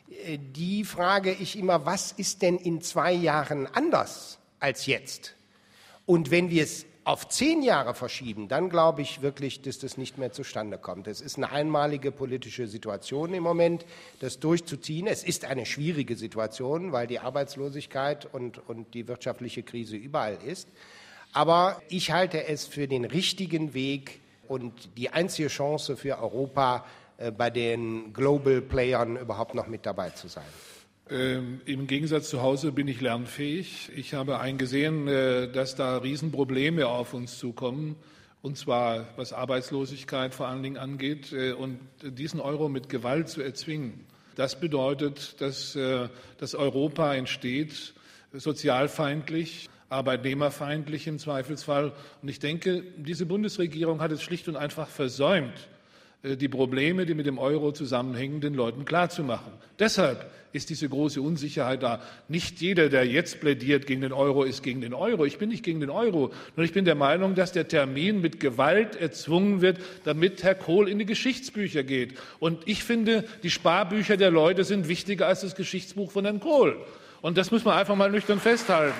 die frage ich immer, was ist denn in 2 Jahren anders als jetzt? Und wenn wir es auf 10 Jahre verschieben, dann glaube ich wirklich, dass das nicht mehr zustande kommt. Es ist eine einmalige politische Situation im Moment, das durchzuziehen. Es ist eine schwierige Situation, weil die Arbeitslosigkeit und die wirtschaftliche Krise überall ist. Aber ich halte es für den richtigen Weg und die einzige Chance für Europa, bei den Global Playern überhaupt noch mit dabei zu sein. Im Gegensatz zu Hause bin ich lernfähig. Ich habe eingesehen, dass da Riesenprobleme auf uns zukommen, und zwar was Arbeitslosigkeit vor allen Dingen angeht. Und diesen Euro mit Gewalt zu erzwingen, das bedeutet, dass das Europa entsteht, sozialfeindlich, arbeitnehmerfeindlich im Zweifelsfall. Und ich denke, diese Bundesregierung hat es schlicht und einfach versäumt, die Probleme, die mit dem Euro zusammenhängen, den Leuten klarzumachen. Deshalb ist diese große Unsicherheit da. Nicht jeder, der jetzt plädiert gegen den Euro, ist gegen den Euro. Ich bin nicht gegen den Euro, nur ich bin der Meinung, dass der Termin mit Gewalt erzwungen wird, damit Herr Kohl in die Geschichtsbücher geht. Und ich finde, die Sparbücher der Leute sind wichtiger als das Geschichtsbuch von Herrn Kohl. Und das muss man einfach mal nüchtern festhalten.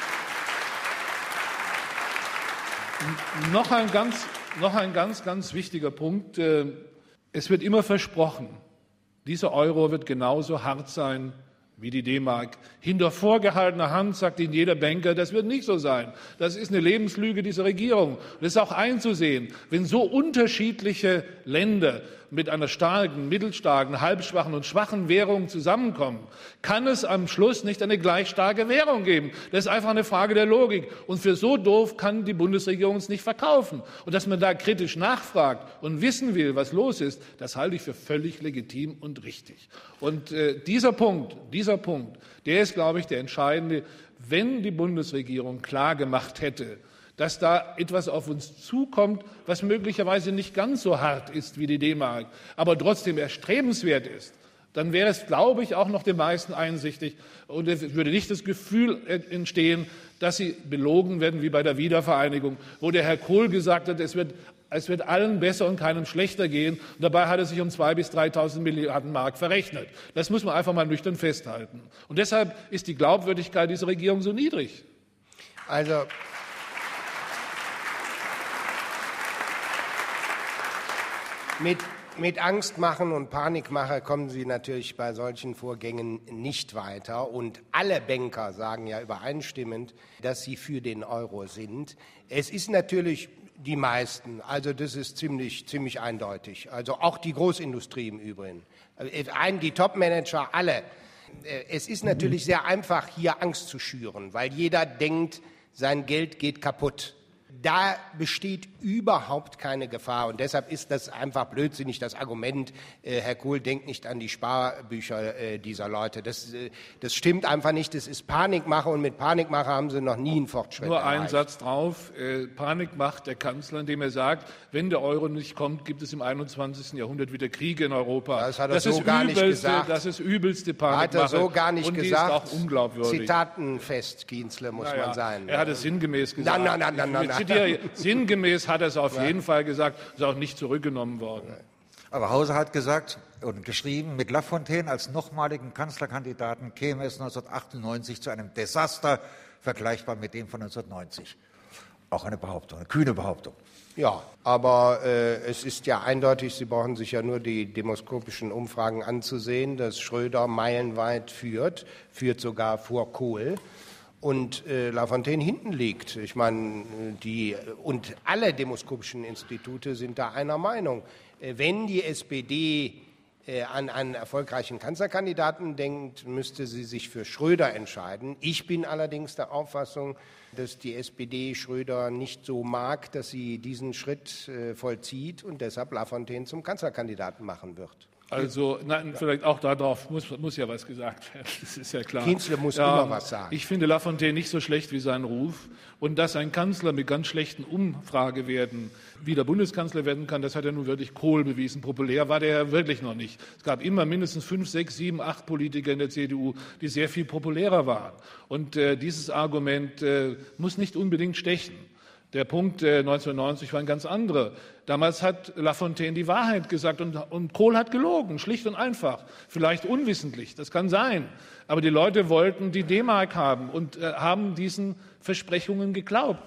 Noch ein ganz wichtiger Punkt. Es wird immer versprochen, dieser Euro wird genauso hart sein wie die D-Mark. Hinter vorgehaltener Hand sagt Ihnen jeder Banker, das wird nicht so sein. Das ist eine Lebenslüge dieser Regierung. Und es ist auch einzusehen, wenn so unterschiedliche Länder mit einer starken, mittelstarken, halbschwachen und schwachen Währung zusammenkommen, kann es am Schluss nicht eine gleich starke Währung geben. Das ist einfach eine Frage der Logik. Und für so doof kann die Bundesregierung es nicht verkaufen. Und dass man da kritisch nachfragt und wissen will, was los ist, das halte ich für völlig legitim und richtig. Und dieser Punkt, der ist, glaube ich, der entscheidende. Wenn die Bundesregierung klar gemacht hätte, dass da etwas auf uns zukommt, was möglicherweise nicht ganz so hart ist wie die D-Mark, aber trotzdem erstrebenswert ist, dann wäre es, glaube ich, auch noch den meisten einsichtig und es würde nicht das Gefühl entstehen, dass sie belogen werden wie bei der Wiedervereinigung, wo der Herr Kohl gesagt hat, es wird allen besser und keinem schlechter gehen. Und dabei hat er sich um 2.000 bis 3.000 Milliarden Mark verrechnet. Das muss man einfach mal nüchtern festhalten. Und deshalb ist die Glaubwürdigkeit dieser Regierung so niedrig. Also Mit Angstmachen und Panikmache kommen Sie natürlich bei solchen Vorgängen nicht weiter. Und alle Banker sagen ja übereinstimmend, dass sie für den Euro sind. Es ist natürlich die meisten, also das ist ziemlich eindeutig. Also auch die Großindustrie im Übrigen. Die Top-Manager, alle. Es ist natürlich sehr einfach, hier Angst zu schüren, weil jeder denkt, sein Geld geht kaputt. Da besteht überhaupt keine Gefahr und deshalb ist das einfach blödsinnig, das Argument, Herr Kohl denkt nicht an die Sparbücher dieser Leute. Das stimmt einfach nicht, das ist Panikmache und mit Panikmache haben Sie noch nie einen Fortschritt erreicht. Nur ein Satz drauf, Panik macht der Kanzler, indem er sagt, wenn der Euro nicht kommt, gibt es im 21. Jahrhundert wieder Kriege in Europa. Das hat er so gar nicht gesagt. Das ist übelste Panikmache. Hat er so gar nicht und gesagt. Die ist auch unglaubwürdig. Zitatenfest, Kienzle, muss man sein. Er hat es sinngemäß gesagt. Nein. Sinngemäß hat er es auf jeden Fall gesagt, ist auch nicht zurückgenommen worden. Aber Hauser hat gesagt und geschrieben, mit Lafontaine als nochmaligen Kanzlerkandidaten käme es 1998 zu einem Desaster, vergleichbar mit dem von 1990. Auch eine Behauptung, eine kühne Behauptung. Ja, aber es ist ja eindeutig, Sie brauchen sich ja nur die demoskopischen Umfragen anzusehen, dass Schröder meilenweit führt sogar vor Kohl. Und Lafontaine hinten liegt. Ich meine, und alle demoskopischen Institute sind da einer Meinung. Wenn die SPD an einen erfolgreichen Kanzlerkandidaten denkt, müsste sie sich für Schröder entscheiden. Ich bin allerdings der Auffassung, dass die SPD Schröder nicht so mag, dass sie diesen Schritt vollzieht und deshalb Lafontaine zum Kanzlerkandidaten machen wird. Also, nein, vielleicht auch darauf muss ja was gesagt werden, das ist ja klar. Kienzle muss immer was sagen. Ich finde Lafontaine nicht so schlecht wie sein Ruf. Und dass ein Kanzler mit ganz schlechten Umfragewerten wieder Bundeskanzler werden kann, das hat ja nun wirklich Kohl bewiesen. Populär war der ja wirklich noch nicht. Es gab immer mindestens 5, 6, 7, 8 Politiker in der CDU, die sehr viel populärer waren. Und dieses Argument muss nicht unbedingt stechen. Der Punkt 1990 war ein ganz anderer. Damals hat Lafontaine die Wahrheit gesagt und Kohl hat gelogen, schlicht und einfach. Vielleicht unwissentlich, das kann sein. Aber die Leute wollten die D-Mark haben und haben diesen Versprechungen geglaubt.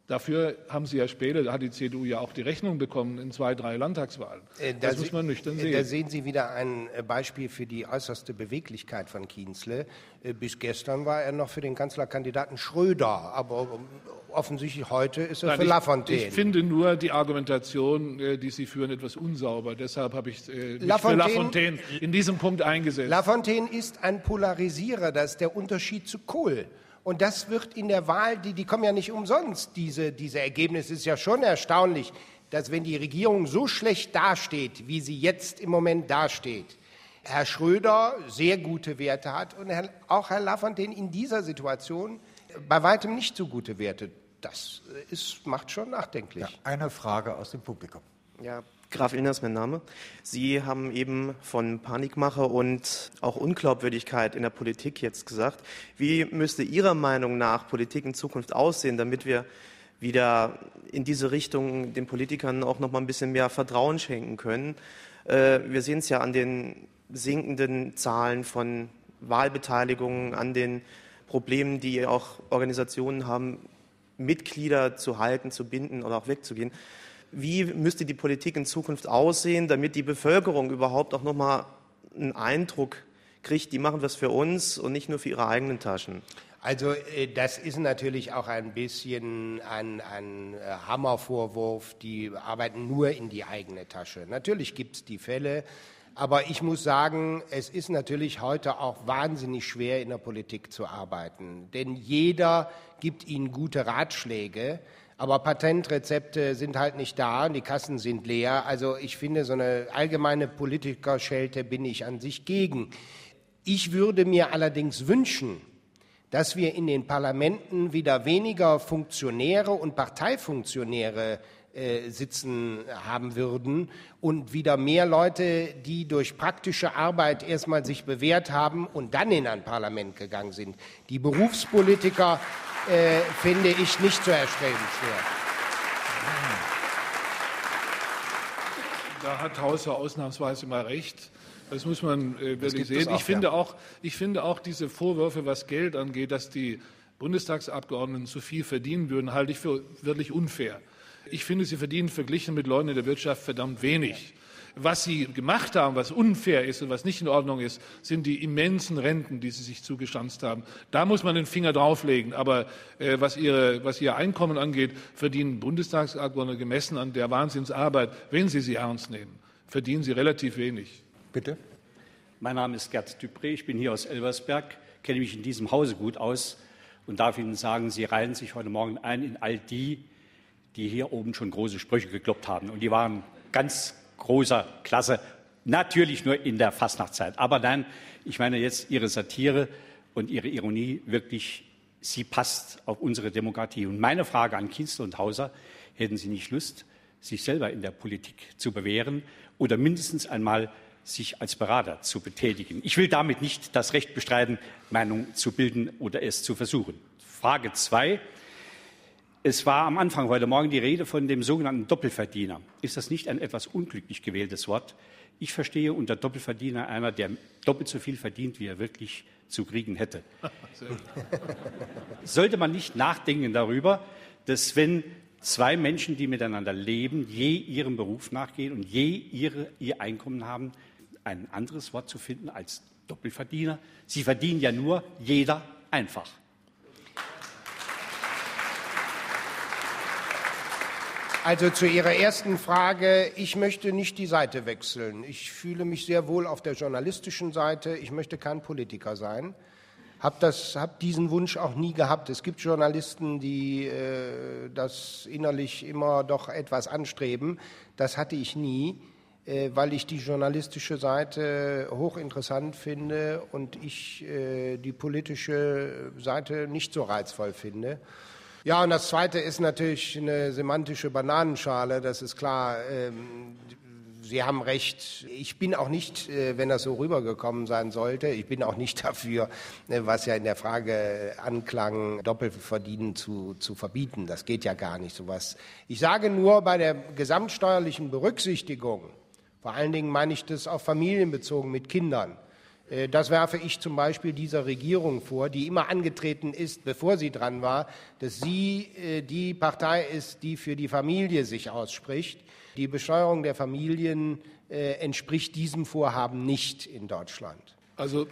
Dafür haben Sie ja später, da hat die CDU ja auch die Rechnung bekommen in 2, 3 Landtagswahlen. Das muss man nüchtern sehen. Da sehen Sie wieder ein Beispiel für die äußerste Beweglichkeit von Kienzle. Bis gestern war er noch für den Kanzlerkandidaten Schröder, aber offensichtlich heute ist er für Lafontaine. Ich finde nur die Argumentation, die Sie führen, etwas unsauber. Deshalb habe ich mich für Lafontaine in diesem Punkt eingesetzt. Lafontaine ist ein Polarisierer, das ist der Unterschied zu Kohl. Und das wird in der Wahl, die kommen ja nicht umsonst, diese Ergebnisse. Es ist ja schon erstaunlich, dass wenn die Regierung so schlecht dasteht, wie sie jetzt im Moment dasteht, Herr Schröder sehr gute Werte hat und auch Herr Lafontaine in dieser Situation bei weitem nicht so gute Werte. Das macht schon nachdenklich. Ja, eine Frage aus dem Publikum. Ja, Graf Illner ist mein Name. Sie haben eben von Panikmache und auch Unglaubwürdigkeit in der Politik jetzt gesagt. Wie müsste Ihrer Meinung nach Politik in Zukunft aussehen, damit wir wieder in diese Richtung den Politikern auch noch mal ein bisschen mehr Vertrauen schenken können? Wir sehen es ja an den sinkenden Zahlen von Wahlbeteiligungen, an den Problemen, die auch Organisationen haben, Mitglieder zu halten, zu binden oder auch wegzugehen. Wie müsste die Politik in Zukunft aussehen, damit die Bevölkerung überhaupt auch noch mal einen Eindruck kriegt, die machen was für uns und nicht nur für ihre eigenen Taschen? Also das ist natürlich auch ein bisschen ein Hammervorwurf, die arbeiten nur in die eigene Tasche. Natürlich gibt es die Fälle, aber ich muss sagen, es ist natürlich heute auch wahnsinnig schwer, in der Politik zu arbeiten. Denn jeder gibt Ihnen gute Ratschläge, aber Patentrezepte sind halt nicht da und die Kassen sind leer. Also ich finde, so eine allgemeine Politikerschelte bin ich an sich gegen. Ich würde mir allerdings wünschen, dass wir in den Parlamenten wieder weniger Funktionäre und Parteifunktionäre sitzen haben würden und wieder mehr Leute, die durch praktische Arbeit erstmal sich bewährt haben und dann in ein Parlament gegangen sind. Die Berufspolitiker finde ich nicht so erstrebenswert. Da hat Hauser ausnahmsweise mal recht. Das muss man wirklich sehen. Ich finde auch diese Vorwürfe, was Geld angeht, dass die Bundestagsabgeordneten zu viel verdienen würden, halte ich für wirklich unfair. Ich finde, sie verdienen verglichen mit Leuten in der Wirtschaft verdammt wenig. Was sie gemacht haben, was unfair ist und was nicht in Ordnung ist, sind die immensen Renten, die sie sich zugestanzt haben. Da muss man den Finger drauflegen. Aber was ihr Einkommen angeht, verdienen Bundestagsabgeordnete gemessen an der Wahnsinnsarbeit, wenn sie ernst nehmen, verdienen sie relativ wenig. Bitte. Mein Name ist Gerd Dupré, ich bin hier aus Elversberg, kenne mich in diesem Hause gut aus und darf Ihnen sagen, Sie reihen sich heute Morgen ein in all die hier oben schon große Sprüche gekloppt haben. Und die waren ganz großer Klasse, natürlich nur in der Fastnachtzeit. Aber nein, ich meine jetzt Ihre Satire und Ihre Ironie wirklich, sie passt auf unsere Demokratie. Und meine Frage an Kienzle und Hauser, hätten Sie nicht Lust, sich selber in der Politik zu bewähren oder mindestens einmal sich als Berater zu betätigen? Ich will damit nicht das Recht bestreiten, Meinung zu bilden oder es zu versuchen. Frage 2. Es war am Anfang heute Morgen die Rede von dem sogenannten Doppelverdiener. Ist das nicht ein etwas unglücklich gewähltes Wort? Ich verstehe unter Doppelverdiener einer, der doppelt so viel verdient, wie er wirklich zu kriegen hätte. Sollte man nicht nachdenken darüber, dass wenn zwei Menschen, die miteinander leben, je ihrem Beruf nachgehen und je ihr Einkommen haben, ein anderes Wort zu finden als Doppelverdiener? Sie verdienen ja nur jeder einfach. Also zu Ihrer ersten Frage, ich möchte nicht die Seite wechseln. Ich fühle mich sehr wohl auf der journalistischen Seite. Ich möchte kein Politiker sein. Hab diesen Wunsch auch nie gehabt. Es gibt Journalisten, die das innerlich immer doch etwas anstreben. Das hatte ich nie, weil ich die journalistische Seite hochinteressant finde und ich die politische Seite nicht so reizvoll finde. Ja, und das Zweite ist natürlich eine semantische Bananenschale, das ist klar. Sie haben recht. Ich bin auch nicht, wenn das so rübergekommen sein sollte, ich bin auch nicht dafür, was ja in der Frage anklang, Doppelverdienen zu verbieten. Das geht ja gar nicht, sowas. Ich sage nur, bei der gesamtsteuerlichen Berücksichtigung, vor allen Dingen meine ich das auf Familien bezogen mit Kindern, Das werfe ich zum Beispiel dieser Regierung vor, die immer angetreten ist, bevor sie dran war, dass sie die Partei ist, die für die Familie sich ausspricht. Die Besteuerung der Familien entspricht diesem Vorhaben nicht in Deutschland. Also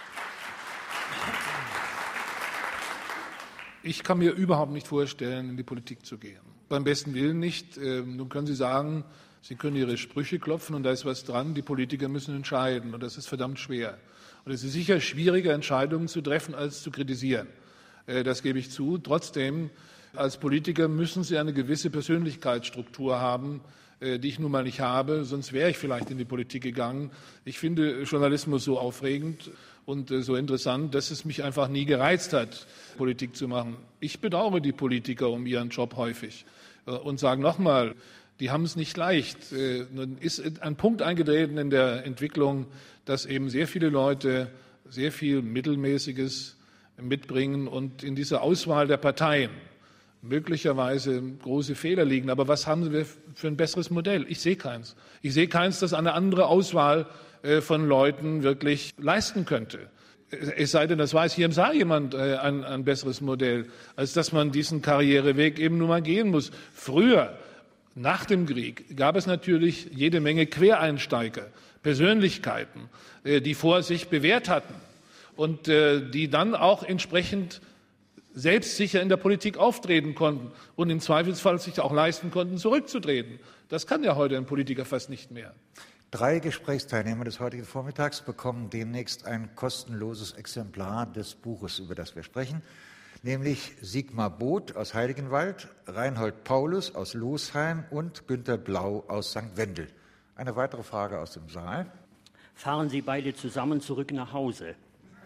ich kann mir überhaupt nicht vorstellen, in die Politik zu gehen. Beim besten Willen nicht. Nun können Sie sagen, Sie können Ihre Sprüche klopfen und da ist was dran. Die Politiker müssen entscheiden und das ist verdammt schwer. Und es ist sicher schwieriger, Entscheidungen zu treffen, als zu kritisieren. Das gebe ich zu. Trotzdem, als Politiker müssen Sie eine gewisse Persönlichkeitsstruktur haben, die ich nun mal nicht habe, sonst wäre ich vielleicht in die Politik gegangen. Ich finde Journalismus so aufregend und so interessant, dass es mich einfach nie gereizt hat, Politik zu machen. Ich bedauere die Politiker um ihren Job häufig und sage nochmal, die haben es nicht leicht. Nun ist ein Punkt eingetreten in der Entwicklung, dass eben sehr viele Leute sehr viel Mittelmäßiges mitbringen und in dieser Auswahl der Parteien möglicherweise große Fehler liegen. Aber was haben wir für ein besseres Modell? Ich sehe keins. Ich sehe keins, das eine andere Auswahl von Leuten wirklich leisten könnte. Es sei denn, das weiß hier im Saal jemand ein besseres Modell, als dass man diesen Karriereweg eben nur mal gehen muss. Früher, nach dem Krieg, gab es natürlich jede Menge Quereinsteiger, Persönlichkeiten, die vor sich bewährt hatten und die dann auch entsprechend selbstsicher in der Politik auftreten konnten und im Zweifelsfall sich auch leisten konnten, zurückzutreten. Das kann ja heute ein Politiker fast nicht mehr. 3 Gesprächsteilnehmer des heutigen Vormittags bekommen demnächst ein kostenloses Exemplar des Buches, über das wir sprechen, nämlich Sigmar Both aus Heiligenwald, Reinhold Paulus aus Losheim und Günter Blau aus St. Wendel. Eine weitere Frage aus dem Saal. Fahren Sie beide zusammen zurück nach Hause?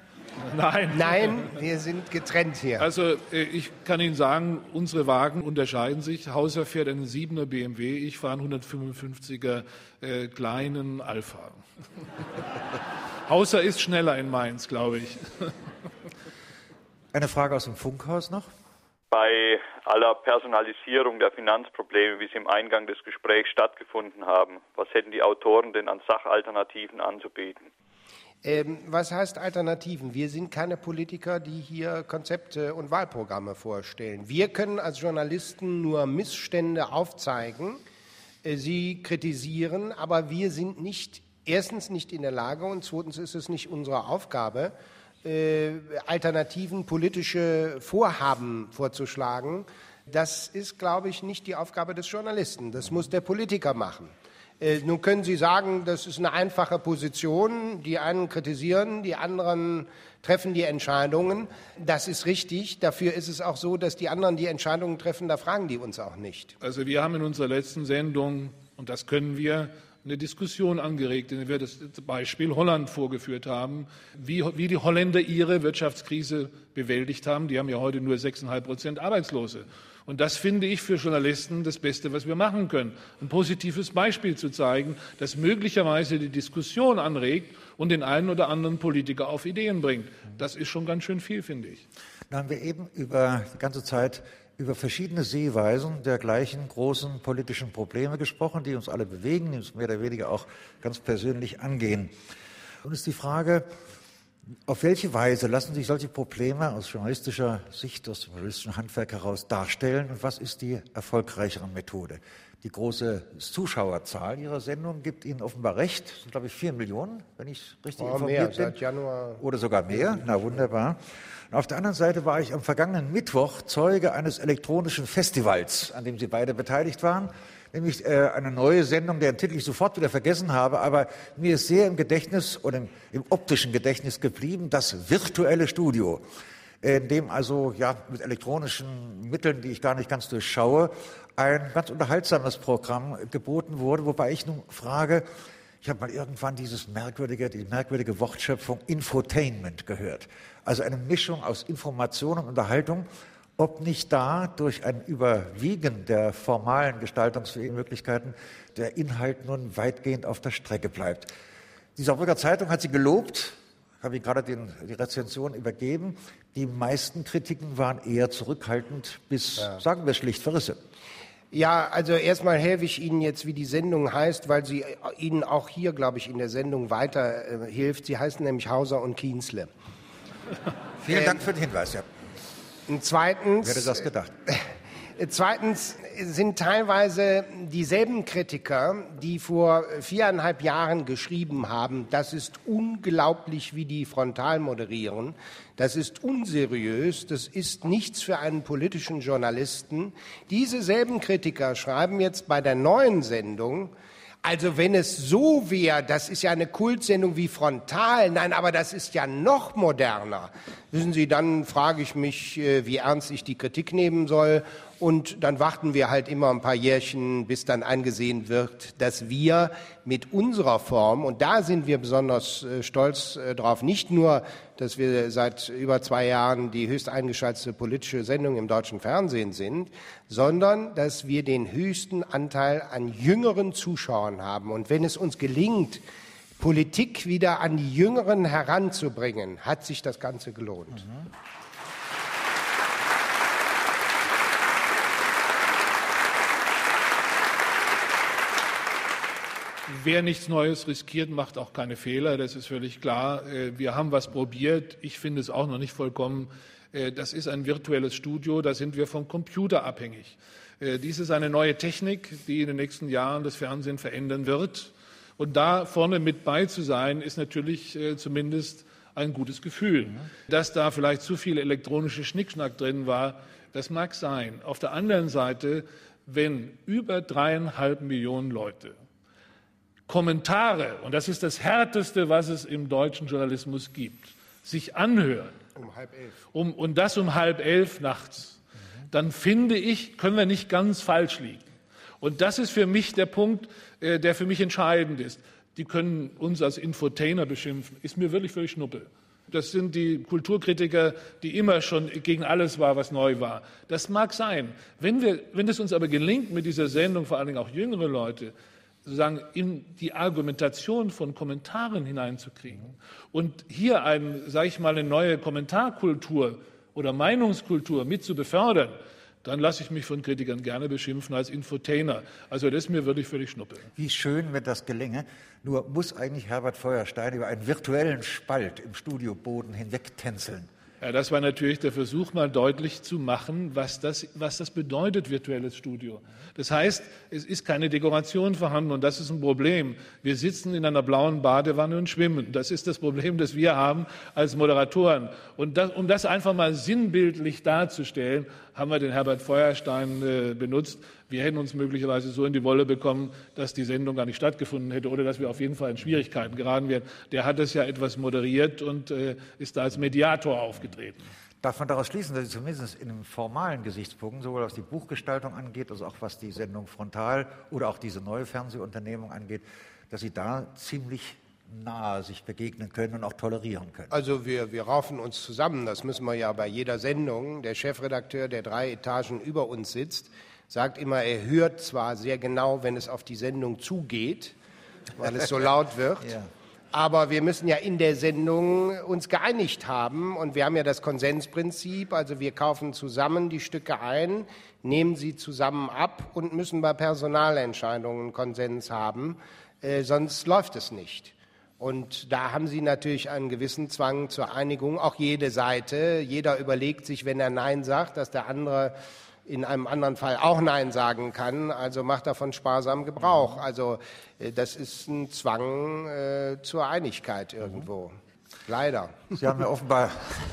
Nein, wir sind getrennt hier. Also ich kann Ihnen sagen, unsere Wagen unterscheiden sich. Hauser fährt einen 7er BMW, ich fahre einen 155er kleinen Alpha. Hauser ist schneller in Mainz, glaube ich. Eine Frage aus dem Funkhaus noch. Bei aller Personalisierung der Finanzprobleme, wie sie im Eingang des Gesprächs stattgefunden haben, was hätten die Autoren denn an Sachalternativen anzubieten? Was heißt Alternativen? Wir sind keine Politiker, die hier Konzepte und Wahlprogramme vorstellen. Wir können als Journalisten nur Missstände aufzeigen, sie kritisieren, aber wir sind erstens nicht in der Lage und zweitens ist es nicht unsere Aufgabe, alternativen politische Vorhaben vorzuschlagen. Das ist, glaube ich, nicht die Aufgabe des Journalisten. Das muss der Politiker machen. Nun können Sie sagen, das ist eine einfache Position. Die einen kritisieren, die anderen treffen die Entscheidungen. Das ist richtig. Dafür ist es auch so, dass die anderen die Entscheidungen treffen. Da fragen die uns auch nicht. Also wir haben in unserer letzten Sendung, und das können wir, eine Diskussion angeregt, in der wir das Beispiel Holland vorgeführt haben, wie die Holländer ihre Wirtschaftskrise bewältigt haben. Die haben ja heute nur 6,5% Arbeitslose. Und das finde ich für Journalisten das Beste, was wir machen können. Ein positives Beispiel zu zeigen, das möglicherweise die Diskussion anregt und den einen oder anderen Politiker auf Ideen bringt. Das ist schon ganz schön viel, finde ich. Da haben wir eben die ganze Zeit über verschiedene Sehweisen der gleichen großen politischen Probleme gesprochen, die uns alle bewegen, die uns mehr oder weniger auch ganz persönlich angehen. Und es ist die Frage, auf welche Weise lassen sich solche Probleme aus journalistischer Sicht, aus dem journalistischen Handwerk heraus darstellen und was ist die erfolgreichere Methode? Die große Zuschauerzahl Ihrer Sendung gibt Ihnen offenbar recht. Das sind, glaube ich, 4 Millionen, wenn ich richtig informiert bin. Seit Januar. Oder sogar mehr. Na, wunderbar. Und auf der anderen Seite war ich am vergangenen Mittwoch Zeuge eines elektronischen Festivals, an dem Sie beide beteiligt waren. Nämlich eine neue Sendung, deren Titel ich sofort wieder vergessen habe, aber mir ist sehr im Gedächtnis oder im optischen Gedächtnis geblieben, das virtuelle Studio, in dem also mit elektronischen Mitteln, die ich gar nicht ganz durchschaue, ein ganz unterhaltsames Programm geboten wurde, wobei ich nun frage, ich habe mal irgendwann die merkwürdige Wortschöpfung Infotainment gehört, also eine Mischung aus Information und Unterhaltung, ob nicht da durch ein Überwiegen der formalen gestaltungsfähigen Möglichkeiten der Inhalt nun weitgehend auf der Strecke bleibt. Die Saarbrücker Zeitung hat sie gelobt, habe Ihnen gerade die Rezension übergeben. Die meisten Kritiken waren eher zurückhaltend bis, sagen wir schlicht, verrissen. Ja, also erstmal helfe ich Ihnen jetzt, wie die Sendung heißt, weil sie Ihnen auch hier, glaube ich, in der Sendung weiterhilft. Sie heißen nämlich Hauser und Kienzle. Vielen Dank für den Hinweis, ja. Und zweitens, wer hätte das gedacht? Zweitens sind teilweise dieselben Kritiker, die vor 4,5 Jahren geschrieben haben, das ist unglaublich, wie die frontal moderieren, das ist unseriös, das ist nichts für einen politischen Journalisten. Diese selben Kritiker schreiben jetzt bei der neuen Sendung, also wenn es so wäre, das ist ja eine Kultsendung wie Frontal, nein, aber das ist ja noch moderner. Wissen Sie, dann frage ich mich, wie ernst ich die Kritik nehmen soll. Und dann warten wir halt immer ein paar Jährchen, bis dann eingesehen wird, dass wir mit unserer Form, und da sind wir besonders stolz drauf, nicht nur, dass wir seit über 2 Jahren die höchst eingeschaltete politische Sendung im deutschen Fernsehen sind, sondern dass wir den höchsten Anteil an jüngeren Zuschauern haben. Und wenn es uns gelingt, Politik wieder an die Jüngeren heranzubringen, hat sich das Ganze gelohnt. Mhm. Wer nichts Neues riskiert, macht auch keine Fehler, das ist völlig klar. Wir haben was probiert, ich finde es auch noch nicht vollkommen. Das ist ein virtuelles Studio, da sind wir vom Computer abhängig. Dies ist eine neue Technik, die in den nächsten Jahren das Fernsehen verändern wird. Und da vorne mit bei zu sein, ist natürlich zumindest ein gutes Gefühl. Dass da vielleicht zu viel elektronische Schnickschnack drin war, das mag sein. Auf der anderen Seite, wenn über 3,5 Millionen Leute Kommentare, und das ist das Härteste, was es im deutschen Journalismus gibt, sich anhören, und das um 10:30 nachts, dann finde ich, können wir nicht ganz falsch liegen. Und das ist für mich der Punkt, der für mich entscheidend ist. Die können uns als Infotainer beschimpfen, ist mir wirklich völlig Schnuppe. Das sind die Kulturkritiker, die immer schon gegen alles war, was neu war. Das mag sein. Wenn es uns aber gelingt, mit dieser Sendung, vor allen Dingen auch jüngere Leute, sozusagen in die Argumentation von Kommentaren hineinzukriegen und hier eine neue Kommentarkultur oder Meinungskultur mit zu befördern, dann lasse ich mich von Kritikern gerne beschimpfen als Infotainer. Also das ist mir wirklich völlig Schnuppe. Wie schön, wenn das gelänge. Nur muss eigentlich Herbert Feuerstein über einen virtuellen Spalt im Studioboden hinwegtänzeln. Ja, das war natürlich der Versuch, mal deutlich zu machen, was das bedeutet, virtuelles Studio. Das heißt, es ist keine Dekoration vorhanden und das ist ein Problem. Wir sitzen in einer blauen Badewanne und schwimmen. Das ist das Problem, das wir haben als Moderatoren. Und um das einfach mal sinnbildlich darzustellen, haben wir den Herbert Feuerstein benutzt. Wir hätten uns möglicherweise so in die Wolle bekommen, dass die Sendung gar nicht stattgefunden hätte oder dass wir auf jeden Fall in Schwierigkeiten geraten wären. Der hat es ja etwas moderiert und ist da als Mediator aufgetreten. Darf man daraus schließen, dass Sie zumindest in den formalen Gesichtspunkten, sowohl was die Buchgestaltung angeht, als auch was die Sendung Frontal oder auch diese neue Fernsehunternehmung angeht, dass Sie da ziemlich nahe sich begegnen können und auch tolerieren können? Also wir raufen uns zusammen, das müssen wir ja bei jeder Sendung. Der Chefredakteur, der 3 Etagen über uns sitzt, sagt immer, er hört zwar sehr genau, wenn es auf die Sendung zugeht, weil es so laut wird, ja. Aber wir müssen ja in der Sendung uns geeinigt haben und wir haben ja das Konsensprinzip, also wir kaufen zusammen die Stücke ein, nehmen sie zusammen ab und müssen bei Personalentscheidungen Konsens haben, sonst läuft es nicht. Und da haben Sie natürlich einen gewissen Zwang zur Einigung, auch jede Seite. Jeder überlegt sich, wenn er Nein sagt, dass der andere in einem anderen Fall auch Nein sagen kann, also macht davon sparsam Gebrauch. Also das ist ein Zwang zur Einigkeit irgendwo. Leider. Sie haben ja offenbar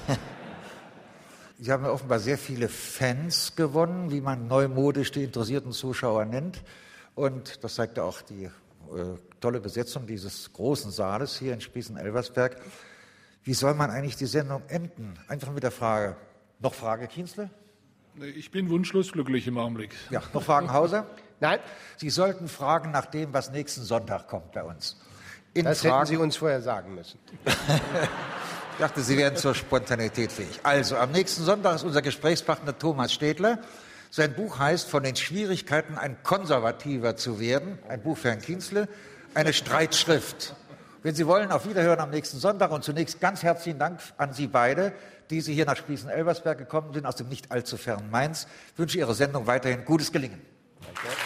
sehr viele Fans gewonnen, wie man neumodisch die interessierten Zuschauer nennt. Und das zeigt ja auch die tolle Besetzung dieses großen Saales hier in Spießen-Elversberg. Wie soll man eigentlich die Sendung enden? Einfach mit der Frage, noch Frage, Kienzle? Ich bin wunschlos glücklich im Augenblick. Ja, noch Fragen, Hauser? Nein. Sie sollten fragen nach dem, was nächsten Sonntag kommt bei uns. Das hätten Sie uns vorher sagen müssen. Ich dachte, Sie wären zur Spontanität fähig. Also, am nächsten Sonntag ist unser Gesprächspartner Thomas Städtler. Sein Buch heißt „Von den Schwierigkeiten, ein Konservativer zu werden“. Ein Buch für Herrn Kienzle, eine Streitschrift. Wenn Sie wollen, auf Wiederhören am nächsten Sonntag. Und zunächst ganz herzlichen Dank an Sie beide, die Sie hier nach Spießen-Elversberg gekommen sind, aus dem nicht allzu fernen Mainz. Ich wünsche Ihrer Sendung weiterhin gutes Gelingen. Danke.